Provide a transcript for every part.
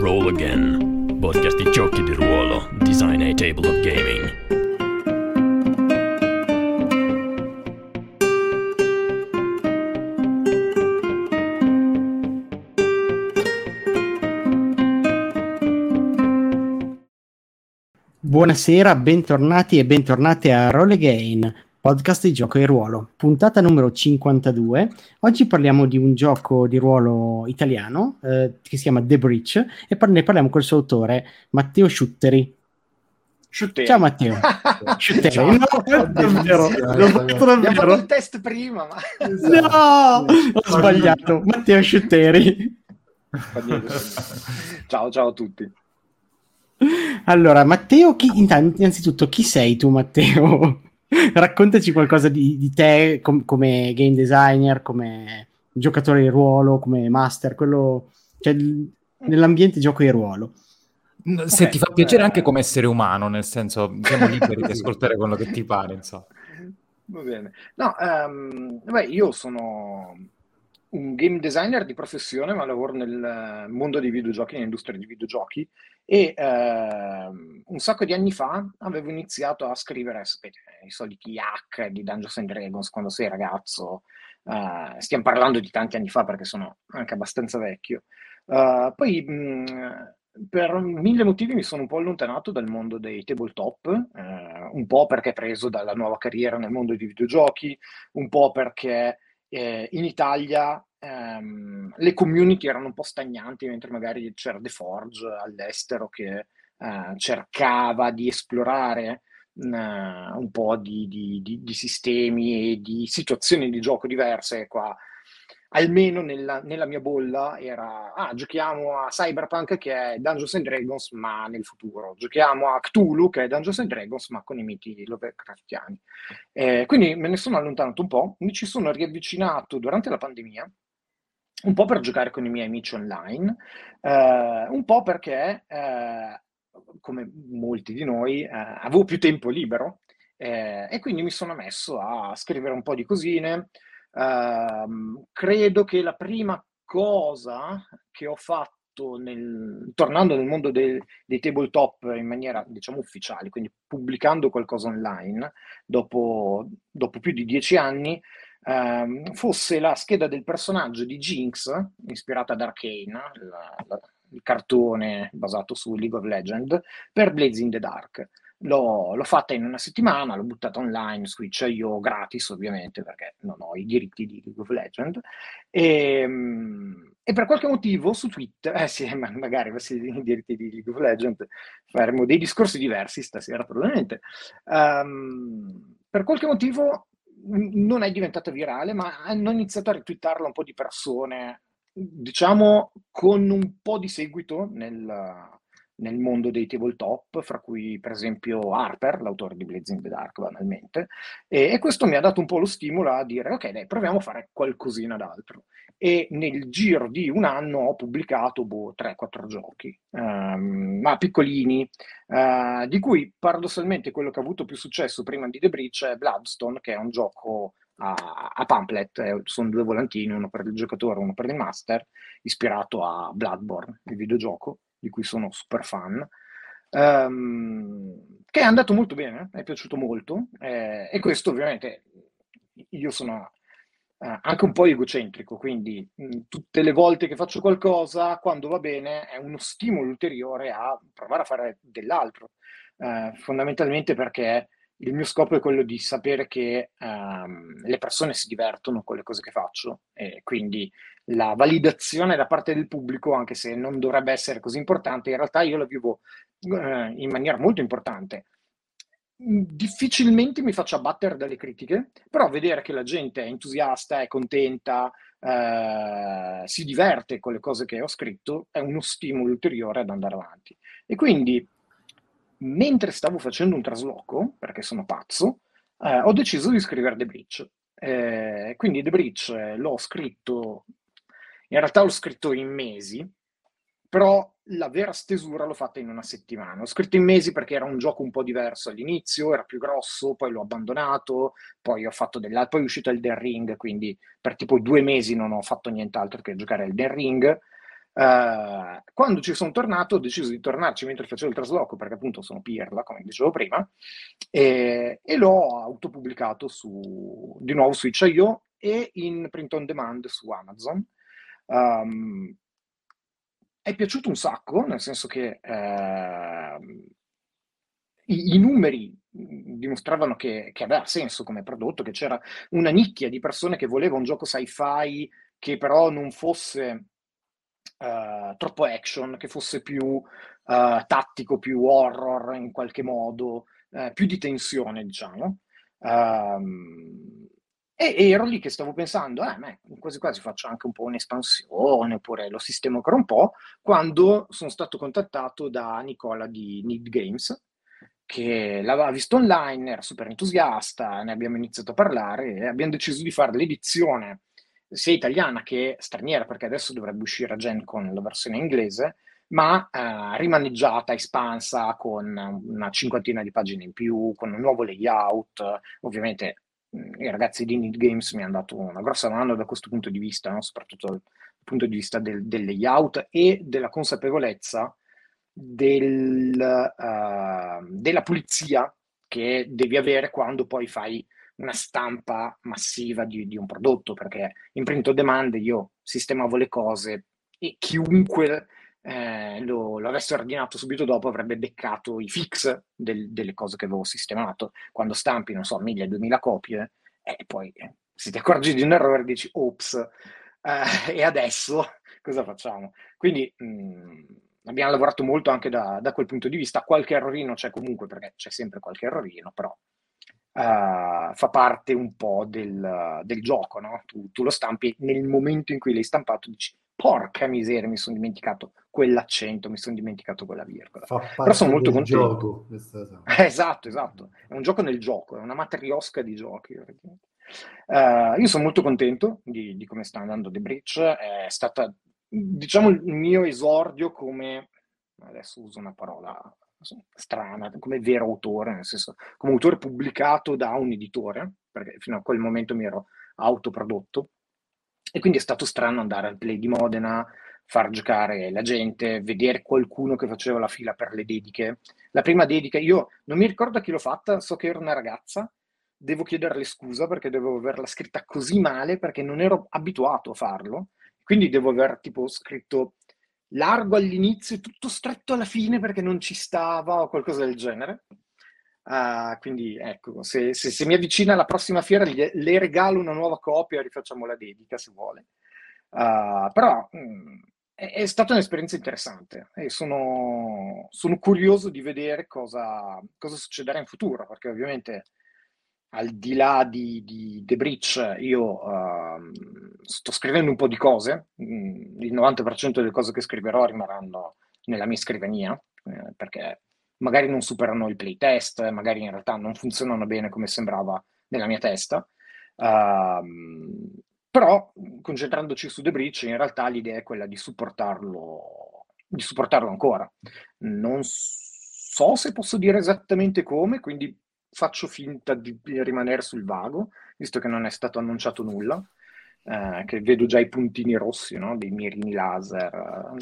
Roll Again, podcast di giochi di ruolo, design e tabletop gaming. Buonasera, bentornati e bentornate a Roll Again, podcast di gioco di ruolo, puntata numero 52. Oggi parliamo di un gioco di ruolo italiano che si chiama The Breach e ne parliamo col suo autore Matteo Sciutteri. Ciao Matteo. Sciutteri. Ciao. No, davvero. Abbiamo fatto il test prima, ma... No, ho sbagliato. Matteo Sciutteri. Ciao a tutti. Allora, Matteo, innanzitutto, chi sei tu, Matteo? Raccontaci qualcosa di te come game designer, come giocatore di ruolo, come master, cioè, nell'ambiente gioco di ruolo. Se ti fa piacere anche come essere umano, nel senso, siamo liberi di ascoltare quello che ti pare, insomma. Va bene. No, io sono un game designer di professione, ma lavoro nel mondo dei videogiochi, nell'industria dei videogiochi, e un sacco di anni fa avevo iniziato a scrivere, sapete, i soliti hack di Dungeons and Dragons quando sei ragazzo. Stiamo parlando di tanti anni fa perché sono anche abbastanza vecchio. Poi per mille motivi mi sono un po' allontanato dal mondo dei tabletop, un po' perché preso dalla nuova carriera nel mondo dei videogiochi, un po' perché in Italia le community erano un po' stagnanti, mentre magari c'era The Forge all'estero che cercava di esplorare un po' di sistemi e di situazioni di gioco diverse. Qua almeno nella mia bolla era giochiamo a Cyberpunk che è Dungeons and Dragons ma nel futuro, giochiamo a Cthulhu che è Dungeons and Dragons ma con i miti Lovecraftiani. Quindi me ne sono allontanato un po', mi ci sono riavvicinato durante la pandemia, un po' per giocare con i miei amici online, un po' perché come molti di noi avevo più tempo libero, e quindi mi sono messo a scrivere un po' di cosine. Credo che la prima cosa che ho fatto tornando nel mondo dei tabletop in maniera, diciamo, ufficiale, quindi pubblicando qualcosa online dopo più di 10 anni, fosse la scheda del personaggio di Jinx, ispirata ad Arcane, il cartone basato su League of Legends, per Blades in the Dark. L'ho fatta in una settimana, l'ho buttata online su itch.io gratis, ovviamente, perché non ho i diritti di League of Legends. E per qualche motivo su Twitter, magari avessi i diritti di League of Legends, faremo dei discorsi diversi stasera, probabilmente. Per qualche motivo non è diventata virale, ma hanno iniziato a retweetarla un po' di persone, diciamo, con un po' di seguito nel mondo dei tabletop, fra cui per esempio Harper, l'autore di Blades in the Dark, banalmente, e questo mi ha dato un po' lo stimolo a dire ok, dai, proviamo a fare qualcosina d'altro. E nel giro di un anno ho pubblicato 3-4 giochi, ma piccolini, di cui paradossalmente quello che ha avuto più successo prima di The Breach è Bloodstone, che è un gioco a pamphlet, sono due volantini, uno per il giocatore e uno per il master, ispirato a Bloodborne, il videogioco di cui sono super fan, che è andato molto bene, è piaciuto molto, e questo ovviamente io sono anche un po' egocentrico, quindi tutte le volte che faccio qualcosa, quando va bene, è uno stimolo ulteriore a provare a fare dell'altro, fondamentalmente perché il mio scopo è quello di sapere che le persone si divertono con le cose che faccio, e quindi la validazione da parte del pubblico, anche se non dovrebbe essere così importante, in realtà io la vivo in maniera molto importante. Difficilmente mi faccio abbattere dalle critiche, però vedere che la gente è entusiasta, è contenta, si diverte con le cose che ho scritto è uno stimolo ulteriore ad andare avanti. E quindi, mentre stavo facendo un trasloco, perché sono pazzo, ho deciso di scrivere The Breach. Quindi The Breach l'ho scritto, in realtà l'ho scritto in mesi, però la vera stesura l'ho fatta in una settimana. L'ho scritto in mesi perché era un gioco un po' diverso all'inizio, era più grosso, poi l'ho abbandonato, poi poi è uscito Elden Ring, quindi per tipo 2 mesi non ho fatto nient'altro che giocare a Elden Ring. Quando ci sono tornato ho deciso di tornarci mentre facevo il trasloco, perché appunto sono pirla, come dicevo prima, e l'ho autopubblicato di nuovo su itch.io e in print on demand su Amazon. È piaciuto un sacco, nel senso che i numeri dimostravano che aveva senso come prodotto, che c'era una nicchia di persone che voleva un gioco sci-fi che però non fosse troppo action, che fosse più tattico, più horror in qualche modo, più di tensione, diciamo. E ero lì che stavo pensando, quasi quasi faccio anche un po' un'espansione, oppure lo sistemo ancora un po', quando sono stato contattato da Nicola di Need Games, che l'aveva visto online, era super entusiasta, ne abbiamo iniziato a parlare e abbiamo deciso di fare l'edizione sia italiana che straniera, perché adesso dovrebbe uscire a Gen con la versione inglese, ma rimaneggiata, espansa, con una cinquantina di pagine in più, con un nuovo layout. Ovviamente i ragazzi di Need Games mi hanno dato una grossa mano da questo punto di vista, no? Soprattutto dal punto di vista del layout e della consapevolezza della pulizia che devi avere quando poi fai una stampa massiva di un prodotto, perché in print on demand io sistemavo le cose e chiunque lo avesse ordinato subito dopo avrebbe beccato i fix delle cose che avevo sistemato. Quando stampi, non so, 1000-2000 copie, e poi se ti accorgi di un errore dici, ops, e adesso cosa facciamo? Quindi abbiamo lavorato molto anche da quel punto di vista. Qualche errorino c'è comunque, perché c'è sempre qualche errorino, però fa parte un po' del gioco, no? Tu lo stampi, nel momento in cui l'hai stampato dici, porca miseria, mi sono dimenticato quell'accento, mi sono dimenticato quella virgola. Fa Però sono parte molto del contento. gioco. Esatto, è un gioco nel gioco, è una matriosca di giochi. Io sono molto contento di come sta andando The Breach, è stata, diciamo, il mio esordio come, adesso uso una parola strana, come vero autore, nel senso, come autore pubblicato da un editore, perché fino a quel momento mi ero autoprodotto, e quindi è stato strano andare al Play di Modena, far giocare la gente, vedere qualcuno che faceva la fila per le dediche. La prima dedica, io non mi ricordo a chi l'ho fatta, so che era una ragazza, devo chiederle scusa perché devo averla scritta così male, perché non ero abituato a farlo, quindi devo aver tipo scritto largo all'inizio e tutto stretto alla fine perché non ci stava o qualcosa del genere. Quindi ecco, se mi avvicina alla prossima fiera le regalo una nuova copia e rifacciamo la dedica se vuole. Però è stata un'esperienza interessante e sono curioso di vedere cosa succederà in futuro, perché ovviamente al di là di The Breach io sto scrivendo un po' di cose, il 90% delle cose che scriverò rimarranno nella mia scrivania, perché magari non superano il playtest, magari in realtà non funzionano bene come sembrava nella mia testa, però concentrandoci su The Breach in realtà l'idea è quella di supportarlo ancora. Non so se posso dire esattamente come, quindi faccio finta di rimanere sul vago, visto che non è stato annunciato nulla, che vedo già i puntini rossi, no? Dei mirini laser.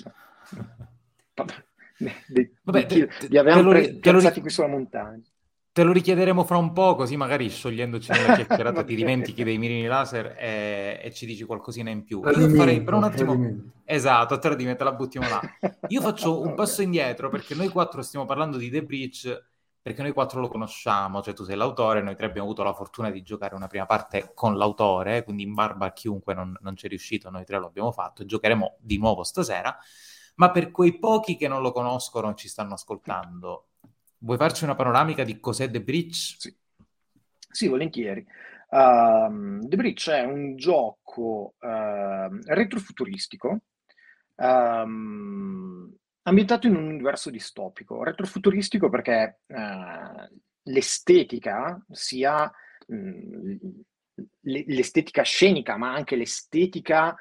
Li avevamo piazzati qui sulla montagna. Te lo richiederemo fra un po', così magari sciogliendoci nella chiacchierata ti dimentichi dei mirini laser e ci dici qualcosina in più. Io farei per un attimo... Esatto, tradimento, la buttiamo là. Io faccio un passo indietro, perché noi quattro stiamo parlando di The Breach, perché noi quattro lo conosciamo, cioè tu sei l'autore, noi tre abbiamo avuto la fortuna di giocare una prima parte con l'autore, quindi in barba a chiunque non ci è riuscito, noi tre lo abbiamo fatto e giocheremo di nuovo stasera. Ma per quei pochi che non lo conoscono e ci stanno ascoltando, vuoi farci una panoramica di cos'è The Breach? Sì, volentieri. The Breach è un gioco retrofuturistico ambientato in un universo distopico. Retrofuturistico perché l'estetica, sia l'estetica scenica, ma anche l'estetica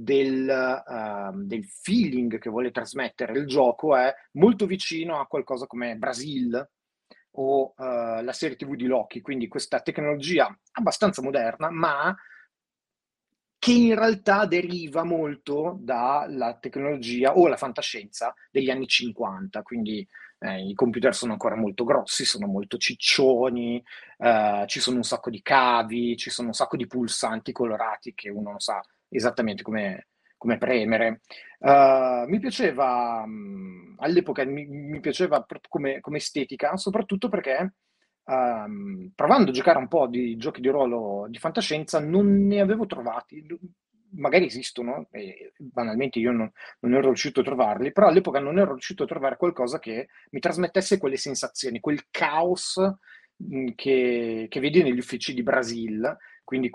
del feeling che vuole trasmettere il gioco è molto vicino a qualcosa come Brasil o la serie TV di Loki, quindi questa tecnologia abbastanza moderna, ma che in realtà deriva molto dalla tecnologia o la fantascienza degli anni 50, quindi i computer sono ancora molto grossi, sono molto ciccioni, ci sono un sacco di cavi, ci sono un sacco di pulsanti colorati che uno non sa esattamente come premere. Mi piaceva, all'epoca mi piaceva come estetica, soprattutto perché provando a giocare un po' di giochi di ruolo di fantascienza non ne avevo trovati. Magari esistono, e banalmente io non ero riuscito a trovarli, però all'epoca non ero riuscito a trovare qualcosa che mi trasmettesse quelle sensazioni, quel caos che vedi negli uffici di Brasil, quindi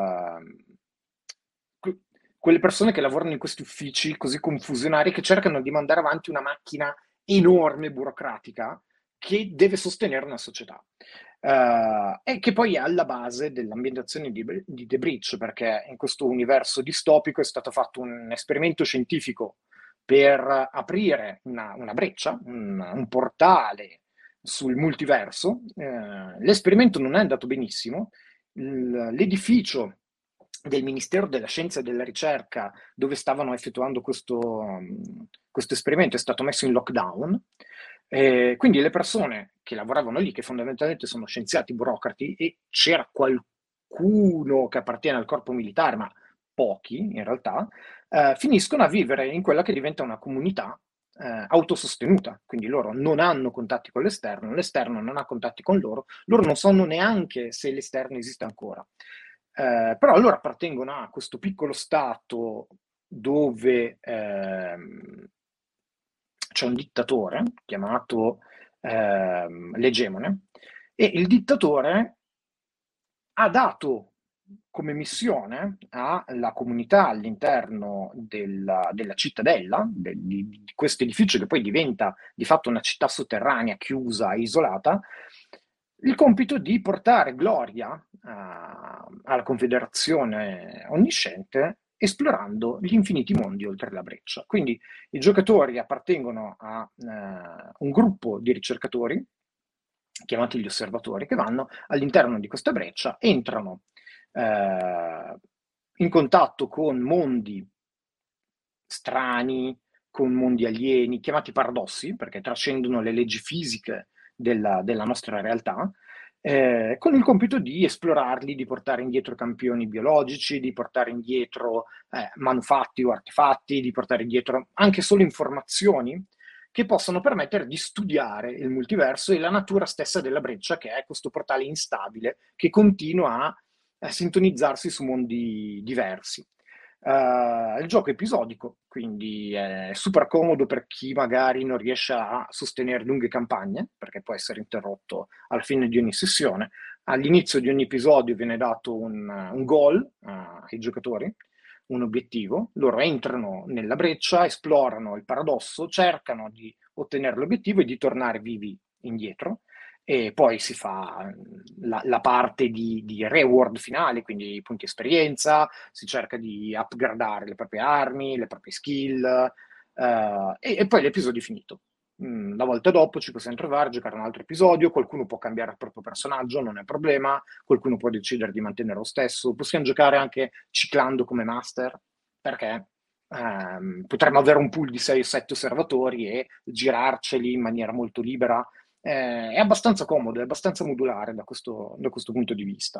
quelle persone che lavorano in questi uffici così confusionari che cercano di mandare avanti una macchina enorme, burocratica, che deve sostenere una società. E che poi è alla base dell'ambientazione di The Breach, perché in questo universo distopico è stato fatto un esperimento scientifico per aprire una breccia, un portale sul multiverso. L'esperimento non è andato benissimo. L'edificio del Ministero della Scienza e della Ricerca, dove stavano effettuando questo esperimento, è stato messo in lockdown. Quindi le persone che lavoravano lì, che fondamentalmente sono scienziati burocrati, e c'era qualcuno che appartiene al corpo militare, ma pochi in realtà, finiscono a vivere in quella che diventa una comunità autosostenuta, quindi loro non hanno contatti con l'esterno non ha contatti con loro non sanno neanche se l'esterno esiste ancora. Però loro appartengono a questo piccolo stato dove c'è un dittatore chiamato l'Egemone, e il dittatore ha dato come missione alla comunità all'interno della cittadella, di questo edificio che poi diventa di fatto una città sotterranea, chiusa, isolata, il compito di portare gloria alla Confederazione Onnisciente, esplorando gli infiniti mondi oltre la breccia. Quindi i giocatori appartengono a un gruppo di ricercatori, chiamati gli osservatori, che vanno all'interno di questa breccia, entrano in contatto con mondi strani, con mondi alieni, chiamati paradossi, perché trascendono le leggi fisiche della nostra realtà, con il compito di esplorarli, di portare indietro campioni biologici, di portare indietro manufatti o artefatti, di portare indietro anche solo informazioni che possono permettere di studiare il multiverso e la natura stessa della breccia, che è questo portale instabile che continua a sintonizzarsi su mondi diversi. Il gioco è episodico, quindi è super comodo per chi magari non riesce a sostenere lunghe campagne, perché può essere interrotto alla fine di ogni sessione. All'inizio di ogni episodio viene dato un goal ai giocatori, un obiettivo. Loro entrano nella breccia, esplorano il paradosso, cercano di ottenere l'obiettivo e di tornare vivi indietro. E poi si fa la parte di reward finale, quindi punti esperienza, si cerca di upgradare le proprie armi, le proprie skill, e poi l'episodio è finito. La volta dopo ci possiamo trovare a giocare un altro episodio, qualcuno può cambiare il proprio personaggio, non è problema, qualcuno può decidere di mantenere lo stesso, possiamo giocare anche ciclando come master, perché potremmo avere un pool di 6 o 7 osservatori e girarceli in maniera molto libera. È abbastanza comodo, è abbastanza modulare da questo punto di vista.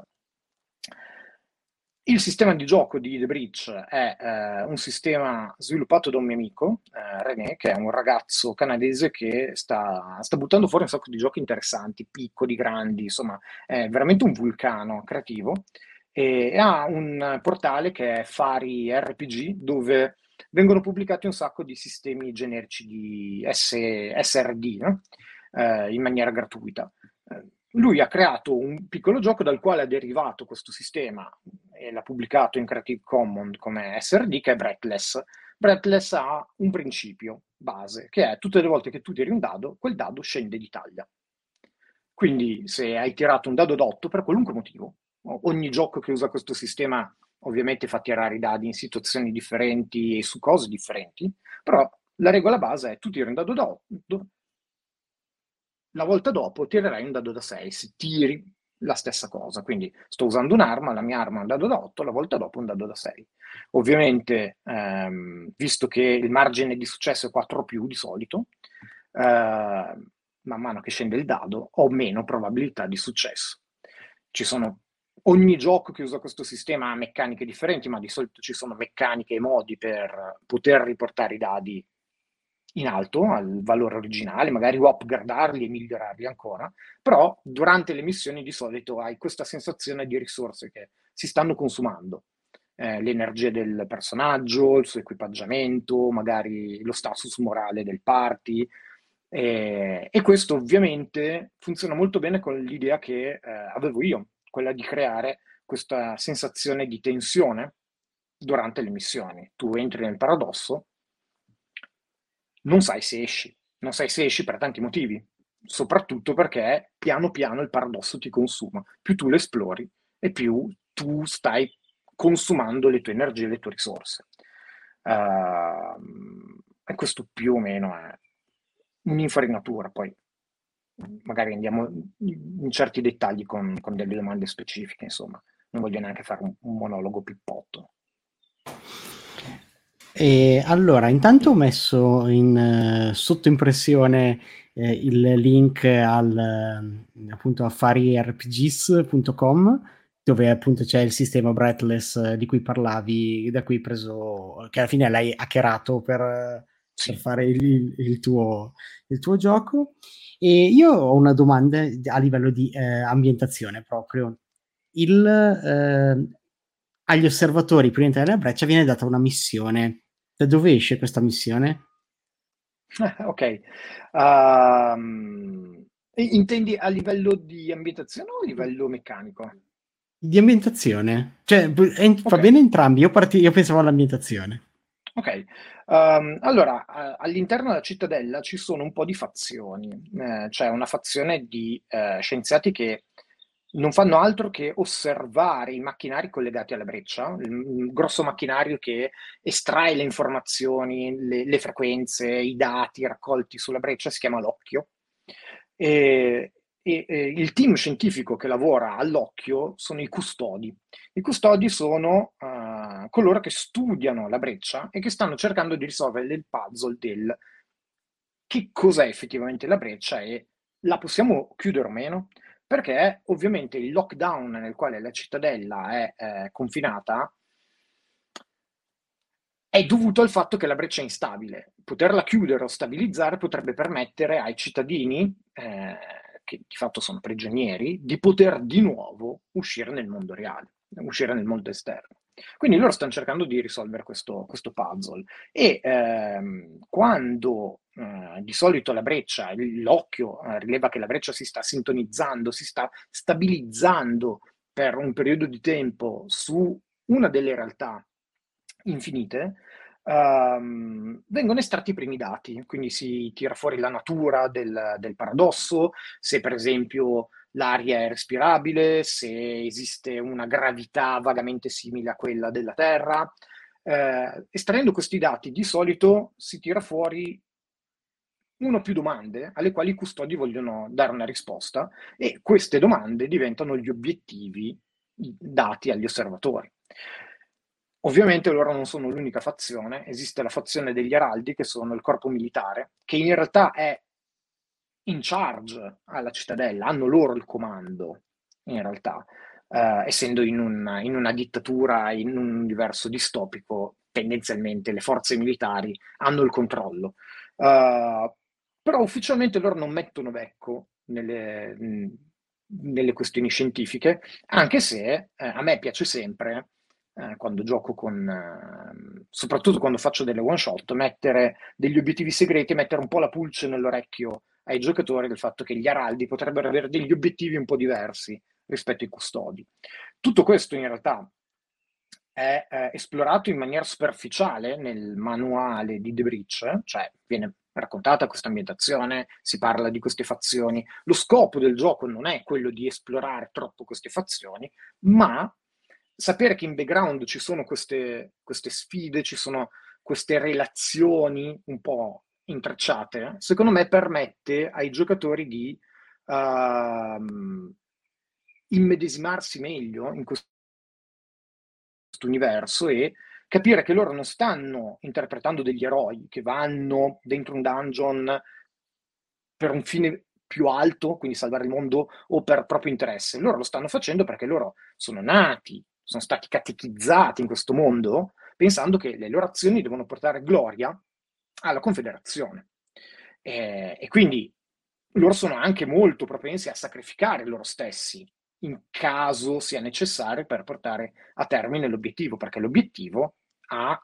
Il sistema di gioco di The Breach è un sistema sviluppato da un mio amico, René, che è un ragazzo canadese che sta buttando fuori un sacco di giochi interessanti, piccoli, grandi, insomma, è veramente un vulcano creativo, e ha un portale che è Fari RPG, dove vengono pubblicati un sacco di sistemi generici di SRD, no? In maniera gratuita. Lui ha creato un piccolo gioco dal quale è derivato questo sistema e l'ha pubblicato in Creative Commons come SRD, che è Breathless. Breathless ha un principio base, che è tutte le volte che tu tiri un dado, quel dado scende di taglia. Quindi se hai tirato un dado d'8 per qualunque motivo, ogni gioco che usa questo sistema ovviamente fa tirare i dadi in situazioni differenti e su cose differenti, però la regola base è tu tiri un dado d'8, la volta dopo tirerai un dado da 6. Se tiri la stessa cosa. Quindi sto usando un'arma, la mia arma è un dado da 8, la volta dopo un dado da 6. Ovviamente, visto che il margine di successo è 4 o più di solito, man mano che scende il dado ho meno probabilità di successo. Ogni gioco che usa questo sistema ha meccaniche differenti, ma di solito ci sono meccaniche e modi per poter riportare i dadi in alto al valore originale, magari upgradarli e migliorarli ancora, però durante le missioni di solito hai questa sensazione di risorse che si stanno consumando. L'energia del personaggio, il suo equipaggiamento, magari lo status morale del party, e questo ovviamente funziona molto bene con l'idea che avevo io, quella di creare questa sensazione di tensione durante le missioni. Tu entri nel paradosso, non sai se esci per tanti motivi, soprattutto perché piano piano il paradosso ti consuma. Più tu lo esplori e più tu stai consumando le tue energie e le tue risorse. E questo più o meno è un'infarinatura, poi magari andiamo in certi dettagli con delle domande specifiche, insomma, non voglio neanche fare un monologo pippotto. E allora, intanto ho messo sotto impressione il link appunto affari-rpgs.com, dove appunto c'è il sistema Breathless di cui parlavi, da cui hai preso, che alla fine l'hai hackerato per fare il tuo gioco. E io ho una domanda a livello di ambientazione proprio. Agli osservatori prima di entrare nella breccia viene data una missione. Da dove esce questa missione? Ok. Intendi a livello di ambientazione o a livello meccanico? Di ambientazione. Cioè, va bene entrambi. Io pensavo all'ambientazione. Ok. Allora, all'interno della cittadella ci sono un po' di fazioni. C'è una fazione di scienziati che non fanno altro che osservare i macchinari collegati alla breccia, il grosso macchinario che estrae le informazioni, le frequenze, i dati raccolti sulla breccia si chiama l'occhio. E il team scientifico che lavora all'occhio sono i custodi. I custodi sono coloro che studiano la breccia e che stanno cercando di risolvere il puzzle del che cos'è effettivamente la breccia e la possiamo chiudere o meno? Perché ovviamente il lockdown nel quale la cittadella è confinata è dovuto al fatto che la breccia è instabile. Poterla chiudere o stabilizzare potrebbe permettere ai cittadini, che di fatto sono prigionieri, di poter di nuovo uscire nel mondo reale, uscire nel mondo esterno. Quindi loro stanno cercando di risolvere questo puzzle e quando di solito la breccia, l'occhio rileva che la breccia si sta sintonizzando, si sta stabilizzando per un periodo di tempo su una delle realtà infinite, vengono estratti i primi dati, quindi si tira fuori la natura del paradosso, se per esempio l'aria è respirabile, se esiste una gravità vagamente simile a quella della Terra. Estraendo questi dati di solito si tira fuori una o più domande alle quali i custodi vogliono dare una risposta e queste domande diventano gli obiettivi dati agli osservatori. Ovviamente loro non sono l'unica fazione, esiste la fazione degli araldi che sono il corpo militare, che in realtà è in charge alla cittadella, hanno loro il comando in realtà, essendo in una dittatura, in un universo distopico, tendenzialmente le forze militari hanno il controllo. Però ufficialmente loro non mettono becco nelle questioni scientifiche, anche se a me piace sempre, quando gioco soprattutto quando faccio delle one shot, mettere degli obiettivi segreti e mettere un po' la pulce nell'orecchio ai giocatori del fatto che gli araldi potrebbero avere degli obiettivi un po' diversi rispetto ai custodi. Tutto questo in realtà è esplorato in maniera superficiale nel manuale di The Breach, cioè viene raccontata questa ambientazione, si parla di queste fazioni. Lo scopo del gioco non è quello di esplorare troppo queste fazioni, ma sapere che in background ci sono queste sfide, ci sono queste relazioni un po' intrecciate, secondo me permette ai giocatori di immedesimarsi meglio in questo universo e capire che loro non stanno interpretando degli eroi che vanno dentro un dungeon per un fine più alto, quindi salvare il mondo, o per proprio interesse. Loro lo stanno facendo perché loro sono nati, sono stati catechizzati in questo mondo, pensando che le loro azioni devono portare gloria alla Confederazione. E quindi loro sono anche molto propensi a sacrificare loro stessi in caso sia necessario per portare a termine l'obiettivo, perché l'obiettivo ha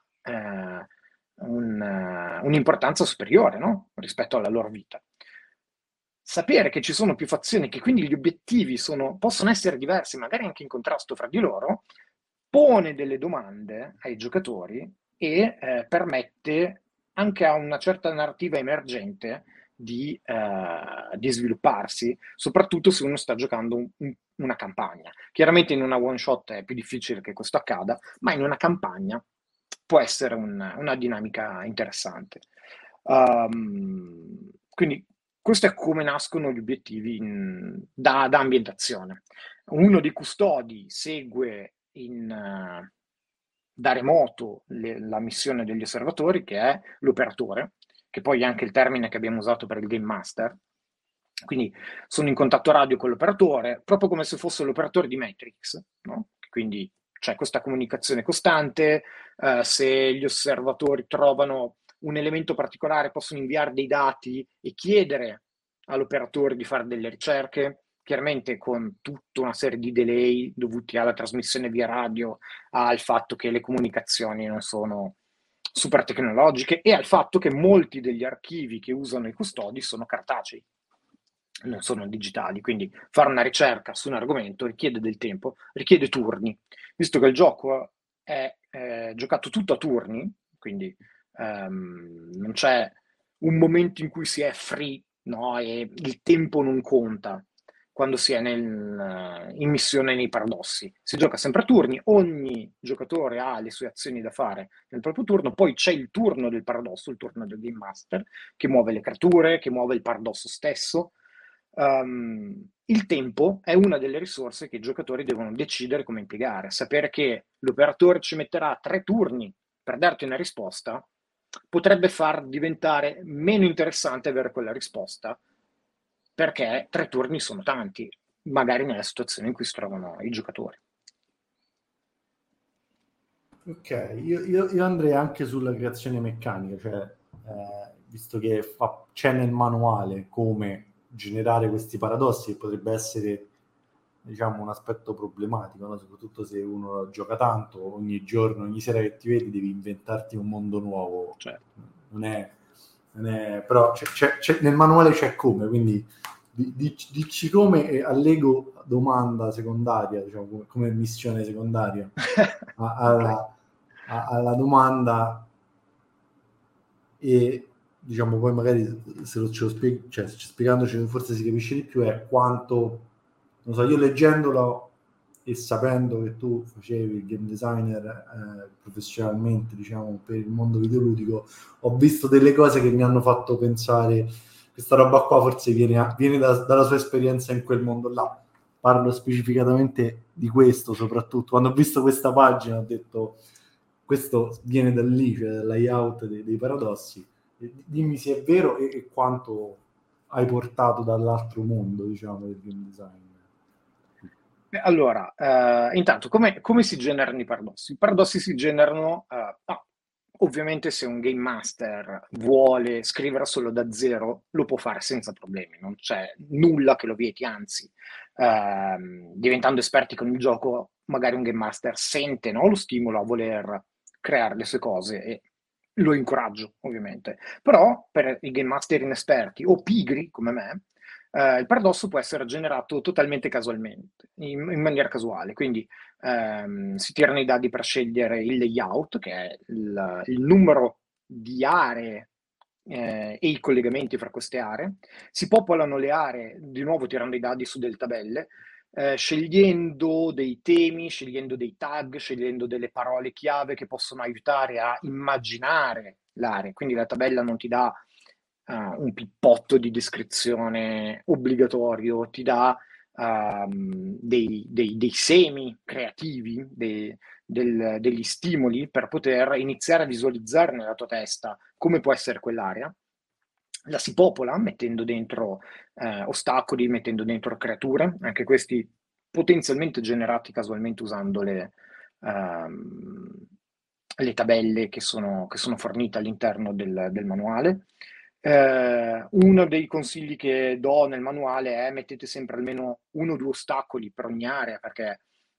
un'importanza superiore, no? Rispetto alla loro vita. Sapere che ci sono più fazioni, che quindi gli obiettivi possono essere diversi, magari anche in contrasto fra di loro, pone delle domande ai giocatori e permette anche a una certa narrativa emergente di svilupparsi, soprattutto se uno sta giocando una campagna. Chiaramente in una one shot è più difficile che questo accada, ma in una campagna può essere una dinamica interessante. Quindi questo è come nascono gli obiettivi da ambientazione. Uno dei custodi segue da remoto la missione degli osservatori, che è l'operatore, che poi è anche il termine che abbiamo usato per il Game Master. Quindi sono in contatto radio con l'operatore, proprio come se fosse l'operatore di Matrix, no? Quindi c'è questa comunicazione costante, se gli osservatori trovano un elemento particolare possono inviare dei dati e chiedere all'operatore di fare delle ricerche, chiaramente con tutta una serie di delay dovuti alla trasmissione via radio, al fatto che le comunicazioni non sono super tecnologiche e al fatto che molti degli archivi che usano i custodi sono cartacei, non sono digitali, quindi fare una ricerca su un argomento richiede del tempo, richiede turni. Visto che il gioco è giocato tutto a turni, quindi non c'è un momento in cui si è free, no? E il tempo non conta quando si è in missione nei paradossi. Si gioca sempre a turni, ogni giocatore ha le sue azioni da fare nel proprio turno, poi c'è il turno del paradosso, il turno del Game Master, che muove le creature, che muove il paradosso stesso. Il tempo è una delle risorse che i giocatori devono decidere come impiegare. Sapere che l'operatore ci metterà 3 turni per darti una risposta potrebbe far diventare meno interessante avere quella risposta, perché 3 turni sono tanti, magari nella situazione in cui si trovano i giocatori. Ok, io andrei anche sulla creazione meccanica, cioè visto che c'è nel manuale come generare questi paradossi, che potrebbe essere, diciamo, un aspetto problematico, no? Soprattutto se uno gioca tanto, ogni giorno, ogni sera che ti vedi devi inventarti un mondo nuovo. Certo. Non è però nel manuale c'è come, quindi dici come e allego domanda secondaria, diciamo, come missione secondaria alla domanda, e diciamo poi magari spiegandoci forse si capisce di più, è quanto, non so, io leggendolo e sapendo che tu facevi il game designer professionalmente, diciamo, per il mondo videoludico, ho visto delle cose che mi hanno fatto pensare questa roba qua forse viene dalla sua esperienza in quel mondo là. Parlo specificatamente di questo, soprattutto quando ho visto questa pagina ho detto questo viene da lì, cioè dal layout dei paradossi. Dimmi se è vero e quanto hai portato dall'altro mondo, diciamo, del game design. Allora, intanto, come si generano i paradossi? I paradossi si generano, ovviamente se un game master vuole scrivere solo da zero, lo può fare senza problemi, non c'è nulla che lo vieti, anzi, diventando esperti con il gioco, magari un game master sente, no, lo stimolo a voler creare le sue cose e lo incoraggio, ovviamente. Però per i game master inesperti o pigri come me, il paradosso può essere generato totalmente casualmente, in maniera casuale, quindi si tirano i dadi per scegliere il layout, che è il numero di aree e i collegamenti fra queste aree. Si popolano le aree, di nuovo tirando i dadi su delle tabelle, scegliendo dei temi, scegliendo dei tag, scegliendo delle parole chiave che possono aiutare a immaginare l'area. Quindi la tabella non ti dà un pippotto di descrizione obbligatorio, ti dà dei semi creativi, degli stimoli per poter iniziare a visualizzare nella tua testa come può essere quell'area. La si popola mettendo dentro ostacoli, mettendo dentro creature, anche questi potenzialmente generati casualmente usando le tabelle che sono fornite all'interno del manuale. Uno dei consigli che do nel manuale è: mettete sempre almeno 1 o 2 ostacoli per ogni area, perché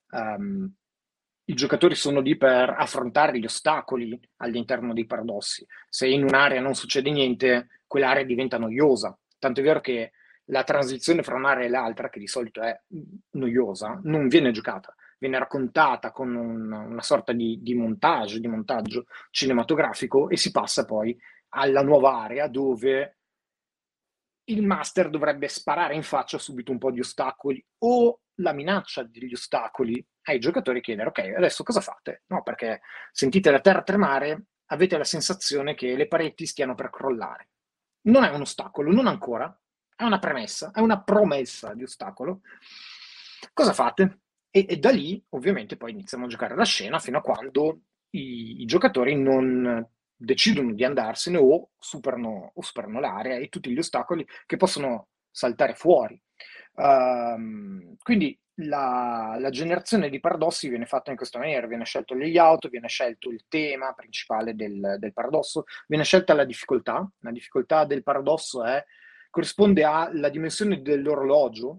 i giocatori sono lì per affrontare gli ostacoli all'interno dei paradossi. Se in un'area non succede niente, quell'area diventa noiosa. Tanto è vero che la transizione fra un'area e l'altra, che di solito è noiosa, non viene giocata, viene raccontata con una sorta di montaggio cinematografico, e si passa poi alla nuova area dove il master dovrebbe sparare in faccia subito un po' di ostacoli, o la minaccia degli ostacoli ai giocatori, chiedere: ok, adesso cosa fate? No, perché sentite la terra tremare, avete la sensazione che le pareti stiano per crollare. Non è un ostacolo, non ancora, è una premessa, è una promessa di ostacolo. Cosa fate? E da lì ovviamente poi iniziamo a giocare la scena fino a quando i giocatori non decidono di andarsene o superano l'area e tutti gli ostacoli che possono saltare fuori. Quindi la generazione di paradossi viene fatta in questa maniera: viene scelto il layout, viene scelto il tema principale del paradosso, viene scelta la difficoltà. La difficoltà del paradosso corrisponde alla dimensione dell'orologio,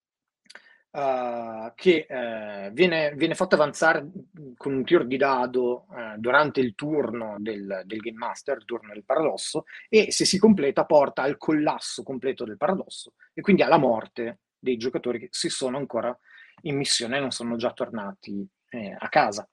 che viene fatto avanzare con un tiro di dado durante il turno del Game Master, il turno del paradosso, e se si completa porta al collasso completo del paradosso e quindi alla morte dei giocatori che si sono ancora in missione e non sono già tornati a casa.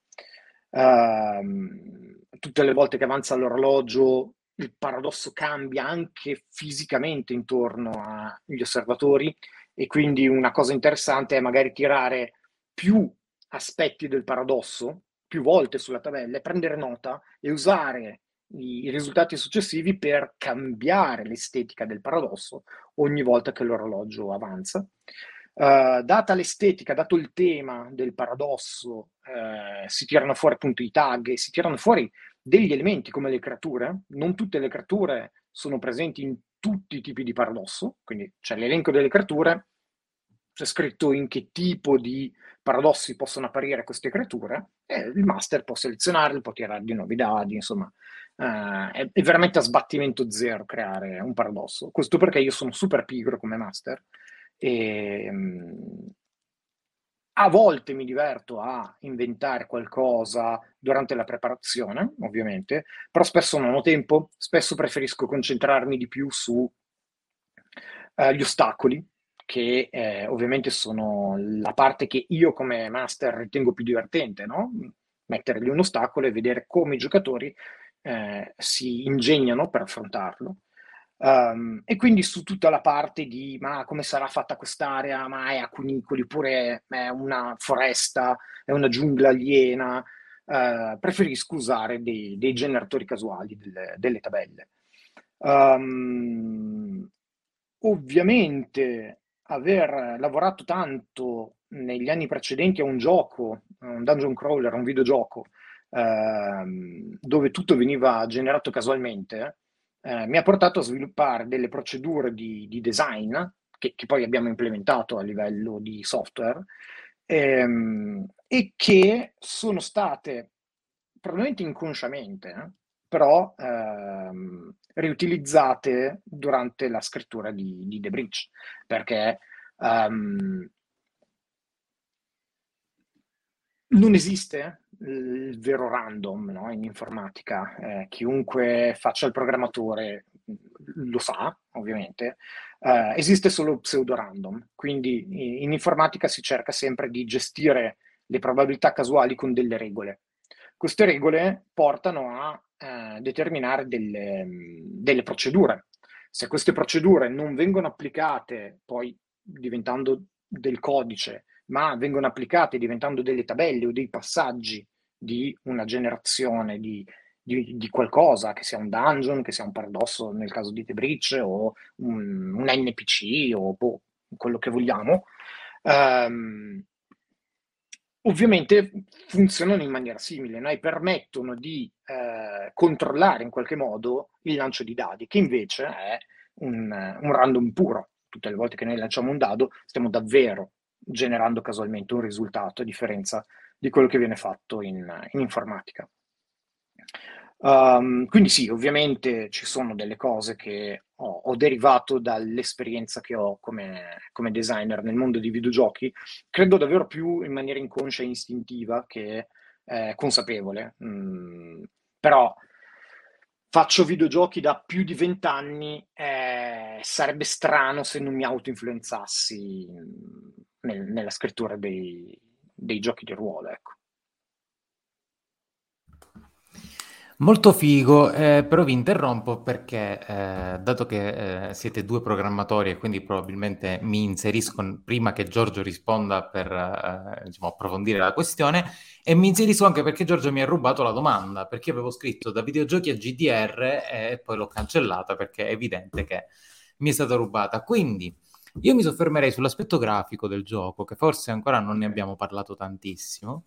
Tutte le volte che avanza l'orologio, il paradosso cambia anche fisicamente intorno agli osservatori, e quindi una cosa interessante è magari tirare più aspetti del paradosso più volte sulla tabella e prendere nota e usare i risultati successivi per cambiare l'estetica del paradosso ogni volta che l'orologio avanza. Data l'estetica, dato il tema del paradosso, si tirano fuori appunto i tag, si tirano fuori degli elementi come le creature. Non tutte le creature sono presenti in tutti i tipi di paradosso, quindi c'è l'elenco delle creature, c'è scritto in che tipo di paradossi possono apparire queste creature, e il master può selezionarli, può tirare di nuovi dadi, insomma. È veramente a sbattimento zero creare un paradosso. Questo perché io sono super pigro come master e a volte mi diverto a inventare qualcosa durante la preparazione, ovviamente, però spesso non ho tempo, spesso preferisco concentrarmi di più su gli ostacoli, che ovviamente sono la parte che io come master ritengo più divertente, no? Mettergli un ostacolo e vedere come i giocatori si ingegnano per affrontarlo. E quindi su tutta la parte di ma come sarà fatta quest'area, ma è a cunicoli oppure è una foresta, è una giungla aliena, preferisco usare dei generatori casuali delle tabelle. Ovviamente aver lavorato tanto negli anni precedenti a un gioco, un dungeon crawler, un videogioco, dove tutto veniva generato casualmente, mi ha portato a sviluppare delle procedure di design che poi abbiamo implementato a livello di software, e che sono state probabilmente inconsciamente, però riutilizzate durante la scrittura di The Breach, perché non esiste il vero random, no? In informatica. Chiunque faccia il programmatore lo sa, ovviamente. Esiste solo pseudo random, quindi in informatica si cerca sempre di gestire le probabilità casuali con delle regole. Queste regole portano a determinare delle procedure. Se queste procedure non vengono applicate, poi diventando del codice, ma vengono applicate diventando delle tabelle o dei passaggi di una generazione di qualcosa, che sia un dungeon, che sia un paradosso nel caso di The Breach, o un NPC, o quello che vogliamo, Ovviamente funzionano in maniera simile, no? E permettono di controllare in qualche modo il lancio di dadi, che invece è un random puro. Tutte le volte che noi lanciamo un dado stiamo davvero generando casualmente un risultato, a differenza di quello che viene fatto in informatica. Quindi sì, ovviamente ci sono delle cose che ho derivato dall'esperienza che ho come designer nel mondo dei videogiochi, credo davvero più in maniera inconscia e istintiva che consapevole. Però faccio videogiochi da più di 20 anni, sarebbe strano se non mi auto-influenzassi nella scrittura dei giochi di ruolo, ecco. Molto figo, però vi interrompo perché, dato che siete due programmatori e quindi probabilmente mi inserisco prima che Giorgio risponda per diciamo, approfondire la questione, e mi inserisco anche perché Giorgio mi ha rubato la domanda, perché io avevo scritto da videogiochi a GDR e poi l'ho cancellata perché è evidente che mi è stata rubata. Quindi io mi soffermerei sull'aspetto grafico del gioco, che forse ancora non ne abbiamo parlato tantissimo.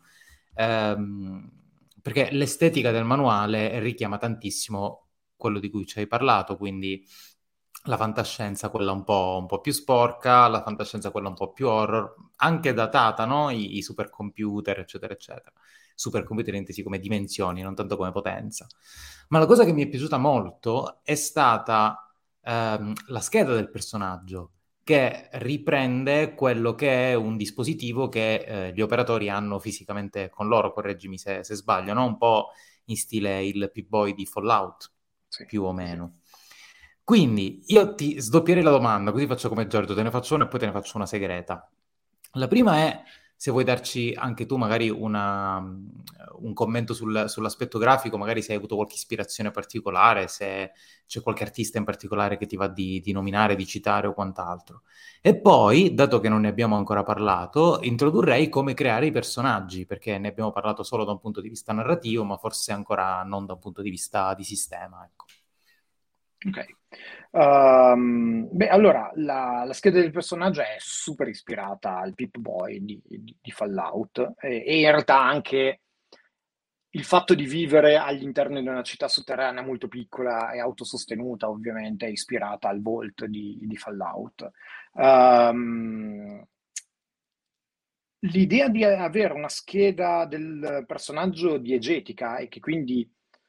Perché l'estetica del manuale richiama tantissimo quello di cui ci hai parlato, quindi la fantascienza quella un po' più sporca, la fantascienza quella un po' più horror, anche datata, no? I supercomputer, eccetera, eccetera. Supercomputer intesi come dimensioni, non tanto come potenza. Ma la cosa che mi è piaciuta molto è stata la scheda del personaggio, che riprende quello che è un dispositivo che gli operatori hanno fisicamente con loro, correggimi se sbaglio, no? Un po' in stile il Pip-Boy di Fallout, Sì, più o meno. Quindi io ti sdoppierei la domanda, così faccio come Giorgio, te ne faccio una e poi te ne faccio una segreta. La prima è se vuoi darci anche tu magari un commento sull'aspetto grafico, magari se hai avuto qualche ispirazione particolare, se c'è qualche artista in particolare che ti va di nominare, di citare o quant'altro. E poi, dato che non ne abbiamo ancora parlato, introdurrei come creare i personaggi, perché ne abbiamo parlato solo da un punto di vista narrativo, ma forse ancora non da un punto di vista di sistema, ecco. Ok. Beh, allora, la scheda del personaggio è super ispirata al Pip-Boy di Fallout e in realtà anche il fatto di vivere all'interno di una città sotterranea molto piccola e autosostenuta, ovviamente, è ispirata al Vault di Fallout. L'idea di avere una scheda del personaggio diegetica e che quindi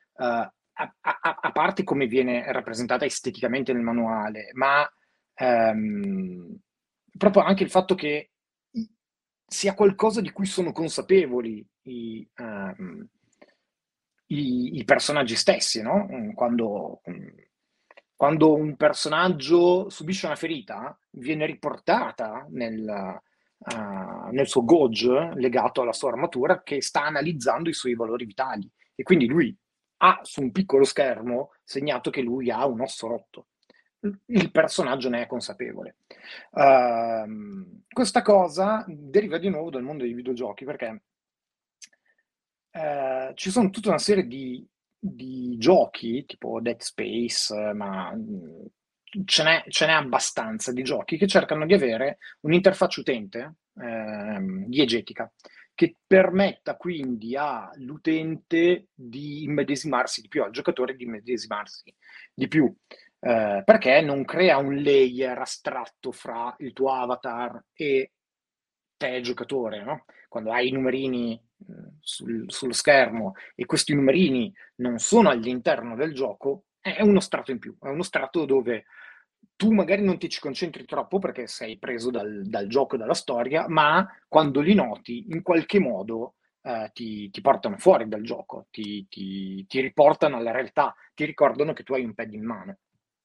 a parte come viene rappresentata esteticamente nel manuale, ma proprio anche il fatto che sia qualcosa di cui sono consapevoli i personaggi stessi, no? Quando un personaggio subisce una ferita, viene riportata nel suo gauge legato alla sua armatura che sta analizzando i suoi valori vitali e quindi lui ha su un piccolo schermo segnato che lui ha un osso rotto. Il personaggio ne è consapevole. Questa cosa deriva di nuovo dal mondo dei videogiochi perché ci sono tutta una serie di giochi tipo Dead Space, ma ce n'è abbastanza di giochi che cercano di avere un'interfaccia utente diegetica che permetta quindi all'utente di immedesimarsi di più, al giocatore di immedesimarsi di più, perché non crea un layer astratto fra il tuo avatar e te giocatore, no? Quando hai i numerini sullo schermo e questi numerini non sono all'interno del gioco, è uno strato in più, è uno strato dove tu magari non ti ci concentri troppo perché sei preso dal gioco, dalla storia, ma quando li noti in qualche modo ti portano fuori dal gioco, ti riportano alla realtà, ti ricordano che tu hai un pad in mano.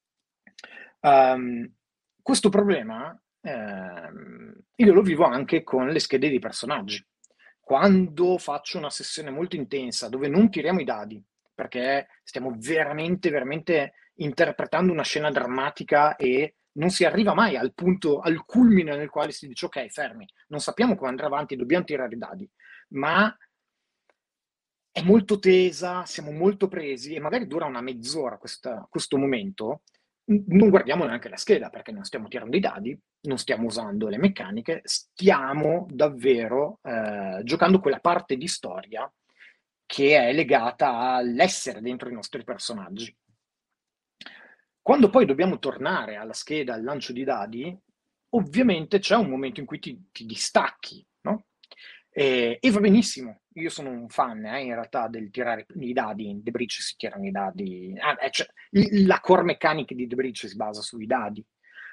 Questo problema io lo vivo anche con le schede dei personaggi. Quando faccio una sessione molto intensa dove non tiriamo i dadi, perché stiamo veramente, veramente interpretando una scena drammatica e non si arriva mai al punto, al culmine nel quale si dice ok, fermi, non sappiamo come andare avanti, dobbiamo tirare i dadi, ma è molto tesa, siamo molto presi e magari dura una mezz'ora questo momento, non guardiamo neanche la scheda, perché non stiamo tirando i dadi, non stiamo usando le meccaniche, stiamo davvero giocando quella parte di storia che è legata all'essere dentro i nostri personaggi. Quando poi dobbiamo tornare alla scheda, al lancio di dadi, ovviamente c'è un momento in cui ti distacchi, no? E va benissimo, io sono un fan in realtà del tirare i dadi, in The Breach si tirano i dadi, cioè, la core mechanic di The Breach si basa sui dadi.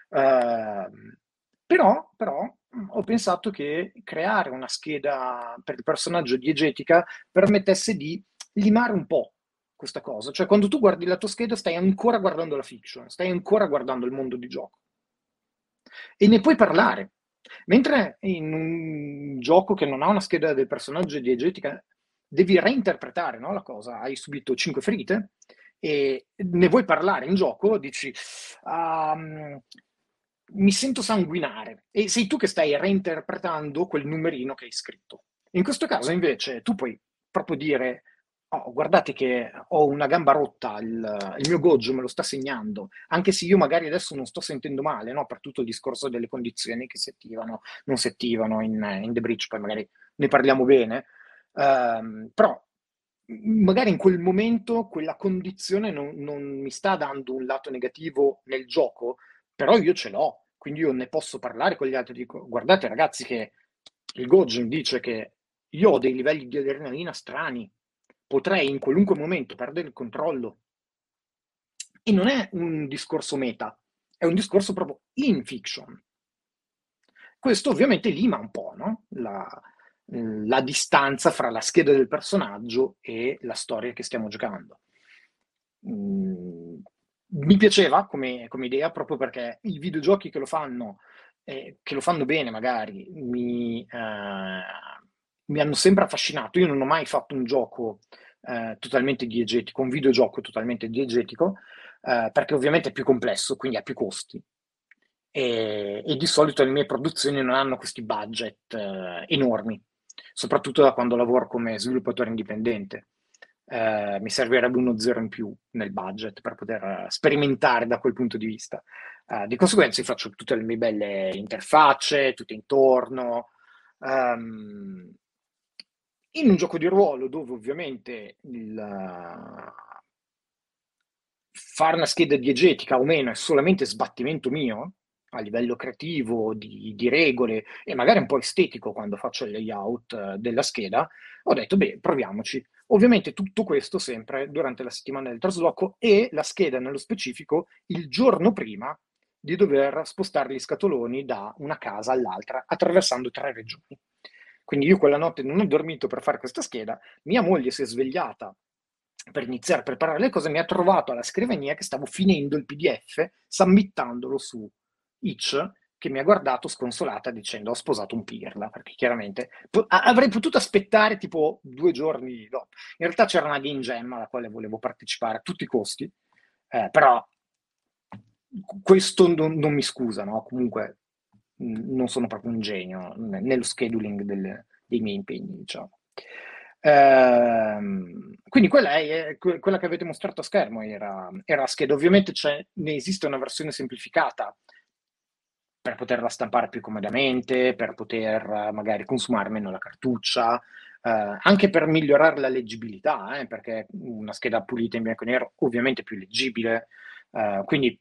Però ho pensato che creare una scheda per il personaggio diegetica permettesse di limare un po' questa cosa. Cioè, quando tu guardi la tua scheda, stai ancora guardando la fiction, stai ancora guardando il mondo di gioco. E ne puoi parlare. Mentre in un gioco che non ha una scheda del personaggio diegetica, devi reinterpretare, no, la cosa. Hai subito 5 ferite e ne vuoi parlare in gioco, dici mi sento sanguinare, e sei tu che stai reinterpretando quel numerino che hai scritto. In questo caso invece tu puoi proprio dire: oh, guardate che ho una gamba rotta, il mio Gojo me lo sta segnando, anche se io magari adesso non sto sentendo male, no? Per tutto il discorso delle condizioni che si attivano, non si attivano in The Breach, poi magari ne parliamo bene, però magari in quel momento quella condizione non mi sta dando un lato negativo nel gioco, però io ce l'ho, quindi io ne posso parlare con gli altri, dico: guardate ragazzi che il Gojo dice che io ho dei livelli di adrenalina strani, potrei in qualunque momento perdere il controllo. E non è un discorso meta, è un discorso proprio in fiction. Questo ovviamente lima un po', no? La distanza fra la scheda del personaggio e la storia che stiamo giocando. Mi piaceva come idea, proprio perché i videogiochi che lo fanno bene magari mi hanno sempre affascinato. Io non ho mai fatto un gioco totalmente diegetico, un videogioco totalmente diegetico, perché ovviamente è più complesso, quindi ha più costi. E di solito le mie produzioni non hanno questi budget enormi, soprattutto da quando lavoro come sviluppatore indipendente. Mi servirebbe uno zero in più nel budget per poter sperimentare da quel punto di vista. Di conseguenza faccio tutte le mie belle interfacce, tutte intorno. In un gioco di ruolo dove ovviamente fare una scheda diegetica o meno è solamente sbattimento mio, a livello creativo, di regole e magari un po' estetico quando faccio il layout della scheda, ho detto, beh, proviamoci. Ovviamente tutto questo sempre durante la settimana del trasloco e la scheda nello specifico il giorno prima di dover spostare gli scatoloni da una casa all'altra attraversando 3 regioni. Quindi io quella notte non ho dormito per fare questa scheda, mia moglie si è svegliata per iniziare a preparare le cose, mi ha trovato alla scrivania che stavo finendo il PDF, submittandolo su Itch, che mi ha guardato sconsolata dicendo: ho sposato un pirla, perché chiaramente avrei potuto aspettare tipo 2 giorni dopo. In realtà c'era una game jam alla quale volevo partecipare a tutti i costi, però questo non mi scusa, no? Comunque non sono proprio un genio nello scheduling dei miei impegni, diciamo. Quindi quella che avete mostrato a schermo era la scheda. Ovviamente ne esiste una versione semplificata per poterla stampare più comodamente, per poter magari consumare meno la cartuccia, anche per migliorare la leggibilità, perché una scheda pulita in bianco e nero ovviamente è più leggibile, quindi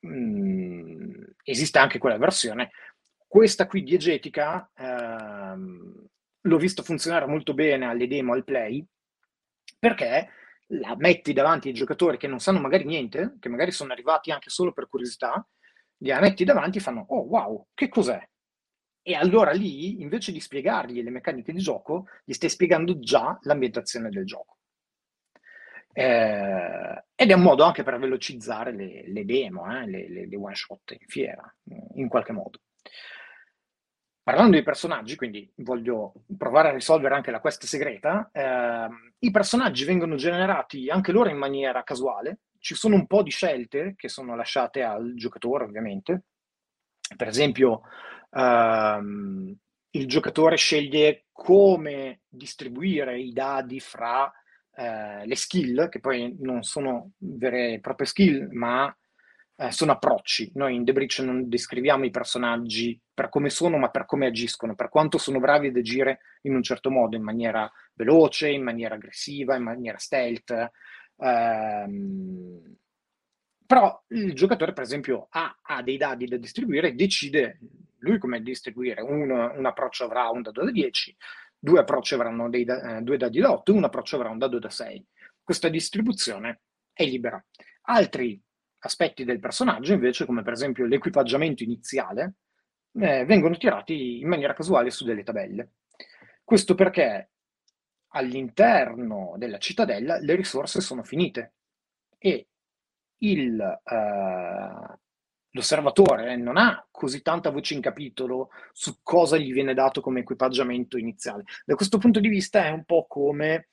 esiste anche quella versione. Questa qui diegetica l'ho visto funzionare molto bene alle demo, al play, perché la metti davanti ai giocatori che non sanno magari niente, che magari sono arrivati anche solo per curiosità, gliela metti davanti e fanno: oh wow, che cos'è? E allora lì, invece di spiegargli le meccaniche di gioco, gli stai spiegando già l'ambientazione del gioco. Ed è un modo anche per velocizzare le demo, le one shot in fiera, in qualche modo. Parlando dei personaggi, quindi voglio provare a risolvere anche la quest segreta, i personaggi vengono generati anche loro in maniera casuale, ci sono un po' di scelte che sono lasciate al giocatore ovviamente, per esempio il giocatore sceglie come distribuire i dadi fra le skill, che poi non sono vere e proprie skill, ma sono approcci. Noi in The Breach non descriviamo i personaggi per come sono, ma per come agiscono, per quanto sono bravi ad agire in un certo modo, in maniera veloce, in maniera aggressiva, in maniera stealth. Però il giocatore, per esempio, ha dei dadi da distribuire e decide lui come distribuire. Un approccio avrà un dado da 10, due approcci avranno due dadi da 8, un approccio avrà un dado da 6. Questa distribuzione è libera. Altri aspetti del personaggio, invece, come per esempio l'equipaggiamento iniziale, vengono tirati in maniera casuale su delle tabelle. Questo perché all'interno della cittadella le risorse sono finite e l'osservatore non ha così tanta voce in capitolo su cosa gli viene dato come equipaggiamento iniziale. Da questo punto di vista è un po' come